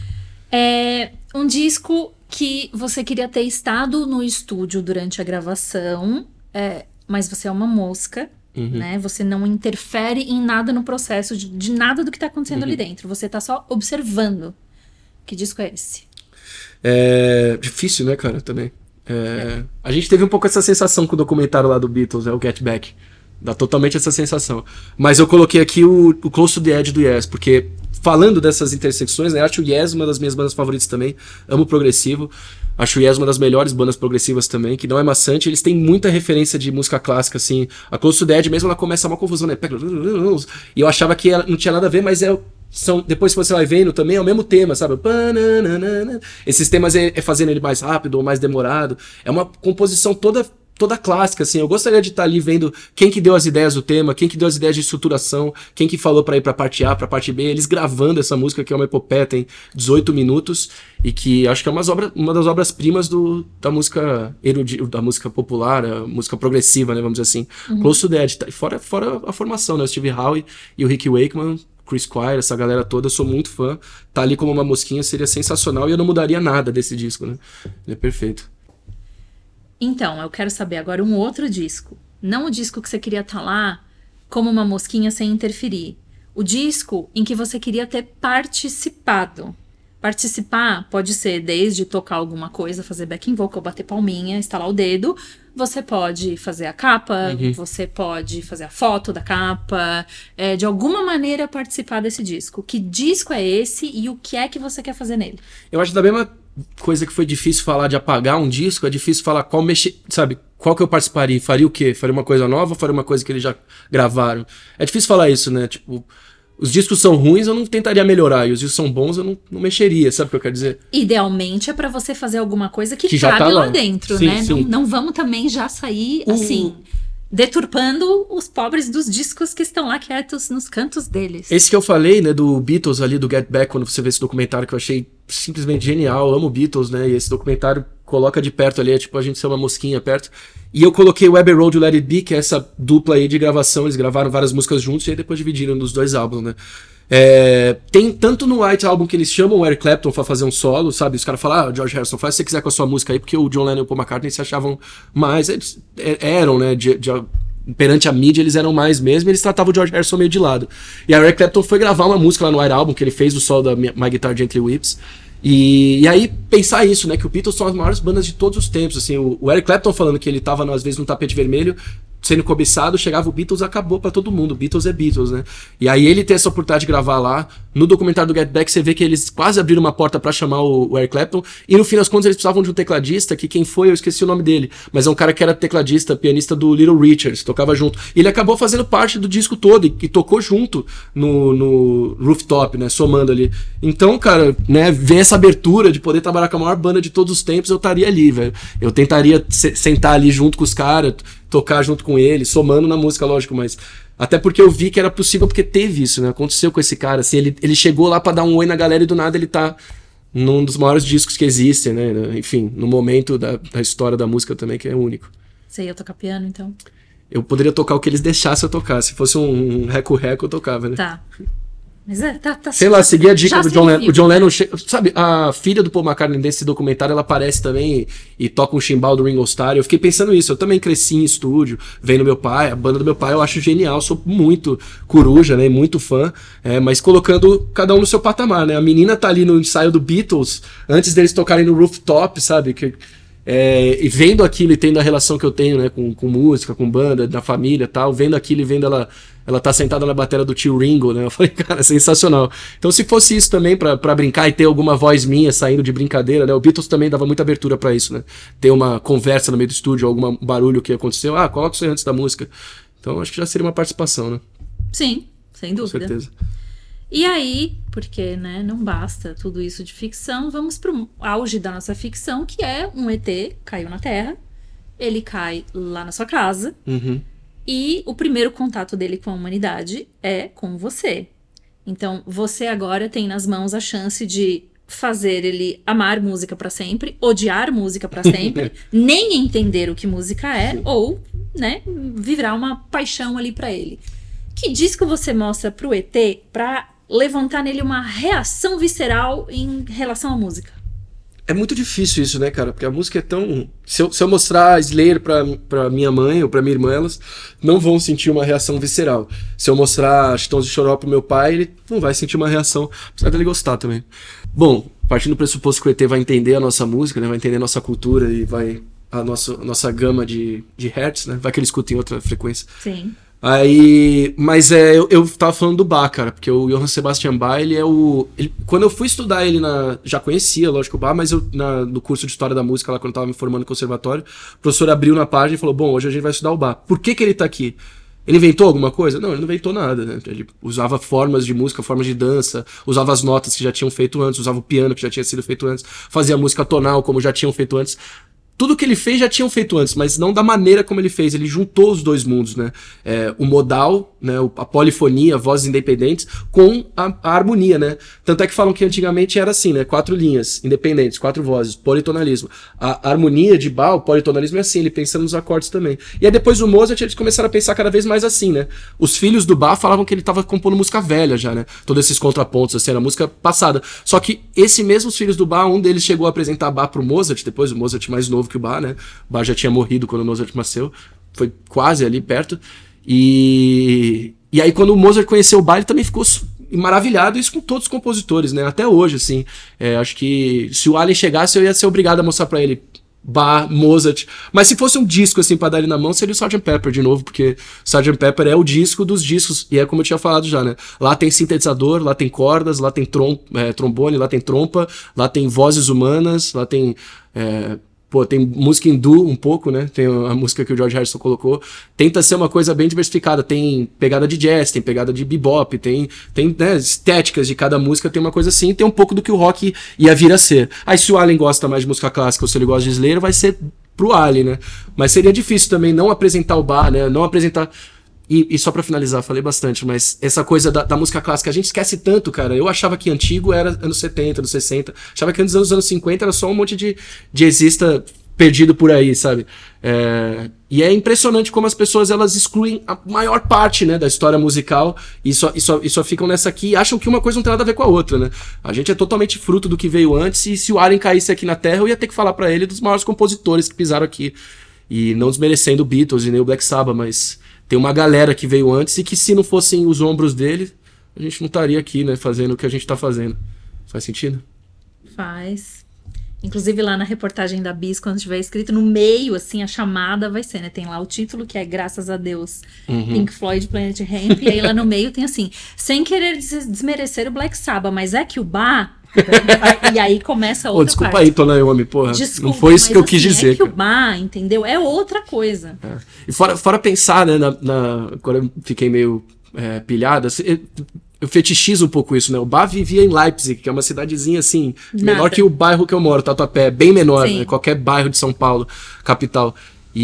É um disco que você queria ter estado no estúdio durante a gravação, mas você é uma mosca, né? Você não interfere em nada no processo de nada do que tá acontecendo ali dentro. Você tá só observando. Que disco é esse? É difícil, né, cara, também. A gente teve um pouco essa sensação com o documentário lá do Beatles, o Get Back. Dá totalmente essa sensação. Mas eu coloquei aqui o Close to the Edge do Yes, porque falando dessas intersecções, né, acho o Yes uma das minhas bandas favoritas também. Amo progressivo. Acho o Yes uma das melhores bandas progressivas também, que não é maçante. Eles têm muita referência de música clássica, assim. A Close to the Edge mesmo, ela começa uma confusão, né? E eu achava que ela não tinha nada a ver, mas depois que você vai vendo também é o mesmo tema, sabe? Esses temas é fazendo ele mais rápido ou mais demorado. É uma composição toda clássica, assim. Eu gostaria de estar ali vendo quem que deu as ideias do tema, quem que deu as ideias de estruturação, quem que falou pra ir pra parte A, pra parte B, eles gravando essa música, que é uma epopeia, tem 18 minutos, e que acho que é uma das obras-primas da música da música popular, a música progressiva, né, vamos dizer assim. Close to the Edge, fora a formação, né, o Steve Howe e o Rick Wakeman, Chris Squire, essa galera toda, eu sou muito fã. Tá ali como uma mosquinha seria sensacional, e eu não mudaria nada desse disco, né, ele é perfeito. Então, eu quero saber agora um outro disco. Não o disco que você queria estar lá como uma mosquinha sem interferir. O disco em que você queria ter participado. Participar pode ser desde tocar alguma coisa, fazer backing vocal, bater palminha, estalar o dedo. Você pode fazer a capa, você pode fazer a foto da capa. De alguma maneira participar desse disco. Que disco é esse e o que é que você quer fazer nele? Eu acho da mesma coisa que foi difícil falar de apagar um disco, é difícil falar qual que eu participaria, faria o quê? Faria uma coisa nova ou faria uma coisa que eles já gravaram? É difícil falar isso, né? Tipo, os discos são ruins, eu não tentaria melhorar, e os discos são bons, eu não mexeria, sabe o que eu quero dizer? Idealmente é pra você fazer alguma coisa que já cabe tá lá dentro, sim, né? Sim. Não vamos também já sair, assim, deturpando os pobres dos discos que estão lá quietos nos cantos deles. Esse que eu falei, né, do Beatles ali, do Get Back, quando você vê esse documentário que eu achei simplesmente genial, eu amo Beatles, né, e esse documentário coloca de perto ali, é tipo a gente ser uma mosquinha perto. E eu coloquei o Abbey Road e o Let It Be, que é essa dupla aí de gravação, eles gravaram várias músicas juntos e aí depois dividiram nos dois álbuns, né. Tem tanto no White Album que eles chamam o Eric Clapton pra fazer um solo, sabe? Os caras falam, George Harrison, faz se você quiser com a sua música aí, porque o John Lennon e o Paul McCartney se achavam mais, eles eram, né, perante a mídia eles eram mais mesmo, e eles tratavam o George Harrison meio de lado. E aí o Eric Clapton foi gravar uma música lá no White Album, que ele fez o solo da My Guitar Gently Weeps, e aí pensar isso, né, que o Beatles são as maiores bandas de todos os tempos, assim, o Eric Clapton falando que ele tava às vezes no tapete vermelho, sendo cobiçado, chegava o Beatles, acabou pra todo mundo. Beatles é Beatles, né? E aí ele ter essa oportunidade de gravar lá, no documentário do Get Back, você vê que eles quase abriram uma porta pra chamar o Eric Clapton, e no fim das contas eles precisavam de um tecladista, que quem foi, eu esqueci o nome dele, mas é um cara que era tecladista, pianista do Little Richards, tocava junto. E ele acabou fazendo parte do disco todo, e tocou junto no Rooftop, né? Somando ali. Então, cara, né, ver essa abertura de poder trabalhar com a maior banda de todos os tempos, eu estaria ali, velho. Eu tentaria sentar ali junto com os caras, tocar junto com ele, somando na música, lógico, mas até porque eu vi que era possível, porque teve isso, né? Aconteceu com esse cara, assim, ele chegou lá pra dar um oi na galera e do nada ele tá num dos maiores discos que existem, né? Enfim, no momento da história da música também, que é único. Você ia tocar piano, então? Eu poderia tocar o que eles deixassem eu tocar. Se fosse um reco-reco, eu tocava, né? Tá. Mas tá sei lá, seguir a dica do John Lennon. O John Lennon, sabe, a filha do Paul McCartney desse documentário, ela aparece também e toca um chimbal do Ringo Starr. Eu fiquei pensando isso, eu também cresci em estúdio, vendo meu pai, a banda do meu pai eu acho genial, sou muito coruja, né, muito fã, mas colocando cada um no seu patamar, né, a menina tá ali no ensaio do Beatles, antes deles tocarem no Rooftop, sabe, que E vendo aquilo e tendo a relação que eu tenho, né, com música, com banda, da família e tal, vendo aquilo e vendo ela tá sentada na bateria do tio Ringo, né? Eu falei, cara, sensacional. Então, se fosse isso também pra brincar e ter alguma voz minha saindo de brincadeira, né? O Beatles também dava muita abertura pra isso, né? Ter uma conversa no meio do estúdio, algum barulho que aconteceu. Coloca isso aí antes da música. Então, acho que já seria uma participação, né? Sim, sem dúvida. Com certeza. E aí, porque, né, não basta tudo isso de ficção, vamos pro auge da nossa ficção, que é um ET caiu na Terra, ele cai lá na sua casa, e o primeiro contato dele com a humanidade é com você. Então, você agora tem nas mãos a chance de fazer ele amar música pra sempre, odiar música pra sempre, nem entender o que música é, ou, né, virar uma paixão ali pra ele. Que disco você mostra pro ET pra levantar nele uma reação visceral em relação à música? É muito difícil isso, né, cara? Porque a música é tão... Se eu mostrar Slayer pra minha mãe ou pra minha irmã, elas não vão sentir uma reação visceral. Se eu mostrar Chitãozinho e Choró pro meu pai, ele não vai sentir uma reação, apesar dele gostar também. Bom, partindo do pressuposto que o ET vai entender a nossa música, né? Vai entender a nossa cultura e vai... A nossa gama de hertz, né? Vai que ele escuta em outra frequência. Sim. Mas eu tava falando do Bach, cara, porque o Johann Sebastian Bach, quando eu fui estudar ele já conhecia, lógico, o Bach, mas no curso de História da Música, lá quando eu tava me formando no conservatório, o professor abriu na página e falou, bom, hoje a gente vai estudar o Bach. Por que ele tá aqui? Ele inventou alguma coisa? Não, ele não inventou nada, né? Ele usava formas de música, formas de dança, usava as notas que já tinham feito antes, usava o piano que já tinha sido feito antes, fazia música tonal como já tinham feito antes. Tudo que ele fez já tinham feito antes, mas não da maneira como ele fez. Ele juntou os dois mundos, né? O modal, né? A polifonia, vozes independentes, com a harmonia, né? Tanto é que falam que antigamente era assim, né? 4 linhas independentes, 4 vozes, politonalismo. A harmonia de Bach, o politonalismo é assim, ele pensando nos acordes também. E aí depois o Mozart, eles começaram a pensar cada vez mais assim, né? Os filhos do Bach falavam que ele estava compondo música velha já, né? Todos esses contrapontos, assim, era música passada. Só que esses mesmos filhos do Bach, um deles chegou a apresentar Bach pro Mozart, depois o Mozart mais novo que o Bach, né? O Bach já tinha morrido quando o Mozart nasceu, foi quase ali perto. E aí quando o Mozart conheceu o Bach, ele também ficou maravilhado, isso com todos os compositores, né? Até hoje, assim. Acho que se o Allen chegasse, eu ia ser obrigado a mostrar pra ele Bach, Mozart. Mas se fosse um disco, assim, pra dar ele na mão, seria o Sgt. Pepper de novo, porque o Sgt. Pepper é o disco dos discos, e é como eu tinha falado já, né? Lá tem sintetizador, lá tem cordas, lá tem trombone, lá tem trompa, lá tem vozes humanas, lá tem... tem música hindu um pouco, né? Tem a música que o George Harrison colocou. Tenta ser uma coisa bem diversificada. Tem pegada de jazz, tem pegada de bebop, tem né, estéticas de cada música, tem uma coisa assim. Tem um pouco do que o rock ia vir a ser. Aí se o Allen gosta mais de música clássica ou se ele gosta de Slayer, vai ser pro Allen, né? Mas seria difícil também não apresentar o Bach, né? Não apresentar... E só pra finalizar, falei bastante, mas essa coisa da música clássica, a gente esquece tanto, cara. Eu achava que antigo era anos 70, anos 60. Achava que antes dos anos 50 era só um monte de jazzista perdido por aí, sabe? E é impressionante como as pessoas, elas excluem a maior parte, né, da história musical e só ficam nessa aqui e acham que uma coisa não tem nada a ver com a outra, né? A gente é totalmente fruto do que veio antes, e se o Allen caísse aqui na Terra, eu ia ter que falar pra ele dos maiores compositores que pisaram aqui. E não desmerecendo o Beatles e nem o Black Sabbath, mas... Tem uma galera que veio antes e que se não fossem os ombros dele, a gente não estaria aqui, né, fazendo o que a gente tá fazendo. Faz sentido? Faz. Inclusive lá na reportagem da Bis, quando tiver escrito no meio, assim, a chamada vai ser, né? Tem lá o título, que é Graças a Deus, Pink Floyd, Planet Hemp, e aí lá no meio tem assim, sem querer desmerecer o Black Sabbath, mas é que o Bach... E aí começa outra desculpa parte. Aí, Tona Iommi, porra. Desculpa, não foi isso que eu quis dizer. É que o Bach, entendeu? É outra coisa. E fora pensar, né, agora eu fiquei meio pilhado, assim, eu fetichizo um pouco isso, né? O Bach vivia em Leipzig, que é uma cidadezinha, assim, menor que o bairro que eu moro, Tatuapé, bem menor, né? Qualquer bairro de São Paulo, capital.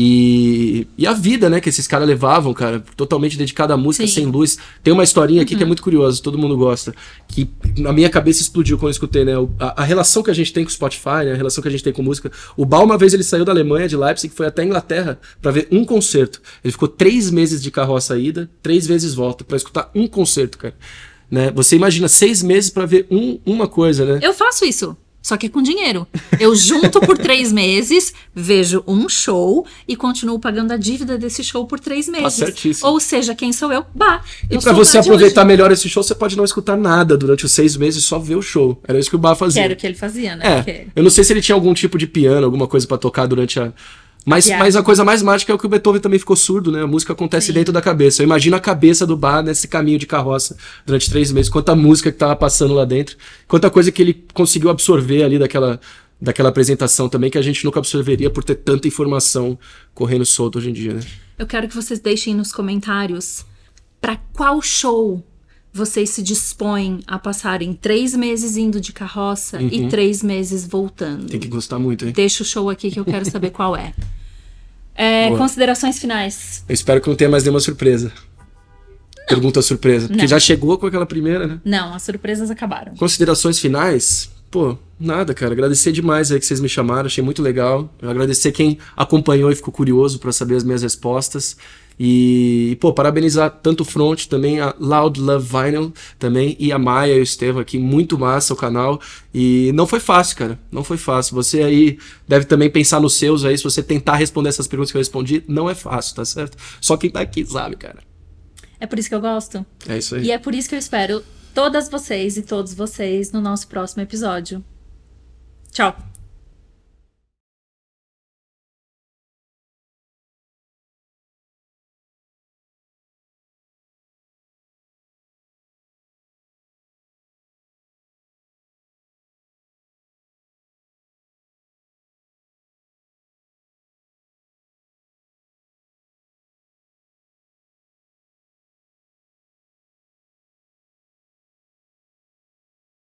E a vida, né, que esses caras levavam, cara, totalmente dedicada à música, sem luz. Tem uma historinha aqui que é muito curiosa, todo mundo gosta, que na minha cabeça explodiu quando eu escutei, né, a relação que a gente tem com o Spotify, né, a relação que a gente tem com música. O Bach, uma vez ele saiu da Alemanha, de Leipzig, foi até a Inglaterra pra ver um concerto. Ele ficou 3 meses de carroça ida, 3 vezes volta, pra escutar um concerto, cara. Né? Você imagina 6 meses pra ver uma coisa, né? Eu faço isso. Só que é com dinheiro. Eu junto por 3 meses, vejo um show e continuo pagando a dívida desse show por 3 meses. Tá certíssimo. Ou seja, quem sou eu? Bah, E eu pra sou você Bá de aproveitar hoje. melhor esse show, você pode não escutar nada durante os 6 meses, só ver o show. Era isso que o Bá fazia. Que era o que ele fazia, né? É, eu não sei se ele tinha algum tipo de piano, alguma coisa pra tocar durante a... Mas a coisa mais mágica é que o Beethoven também ficou surdo, né? A música acontece dentro da cabeça. Eu imagino a cabeça do Bach nesse caminho de carroça durante 3 meses. Quanta música que tava passando lá dentro. Quanta coisa que ele conseguiu absorver ali daquela apresentação também, que a gente nunca absorveria por ter tanta informação correndo solto hoje em dia, né? Eu quero que vocês deixem nos comentários pra qual show vocês se dispõem a passarem 3 meses indo de carroça e 3 meses voltando. Tem que gostar muito, hein? Deixa o show aqui que eu quero saber qual é. Considerações finais. Eu espero que não tenha mais nenhuma surpresa. Pergunta surpresa. Porque já chegou com aquela primeira, né? Não, as surpresas acabaram. Considerações finais? Pô, nada, cara. Agradecer demais aí que vocês me chamaram. Achei muito legal. Eu agradecer quem acompanhou e ficou curioso pra saber as minhas respostas. E, pô, parabenizar tanto o Front, também a Loud Love Vinyl, também, e a Maia e o Estevam aqui, muito massa o canal, e não foi fácil, cara, não foi fácil. Você aí deve também pensar nos seus aí, se você tentar responder essas perguntas que eu respondi, não é fácil, tá certo? Só quem tá aqui sabe, cara. É por isso que eu gosto. É isso aí. E é por isso que eu espero todas vocês e todos vocês no nosso próximo episódio. Tchau!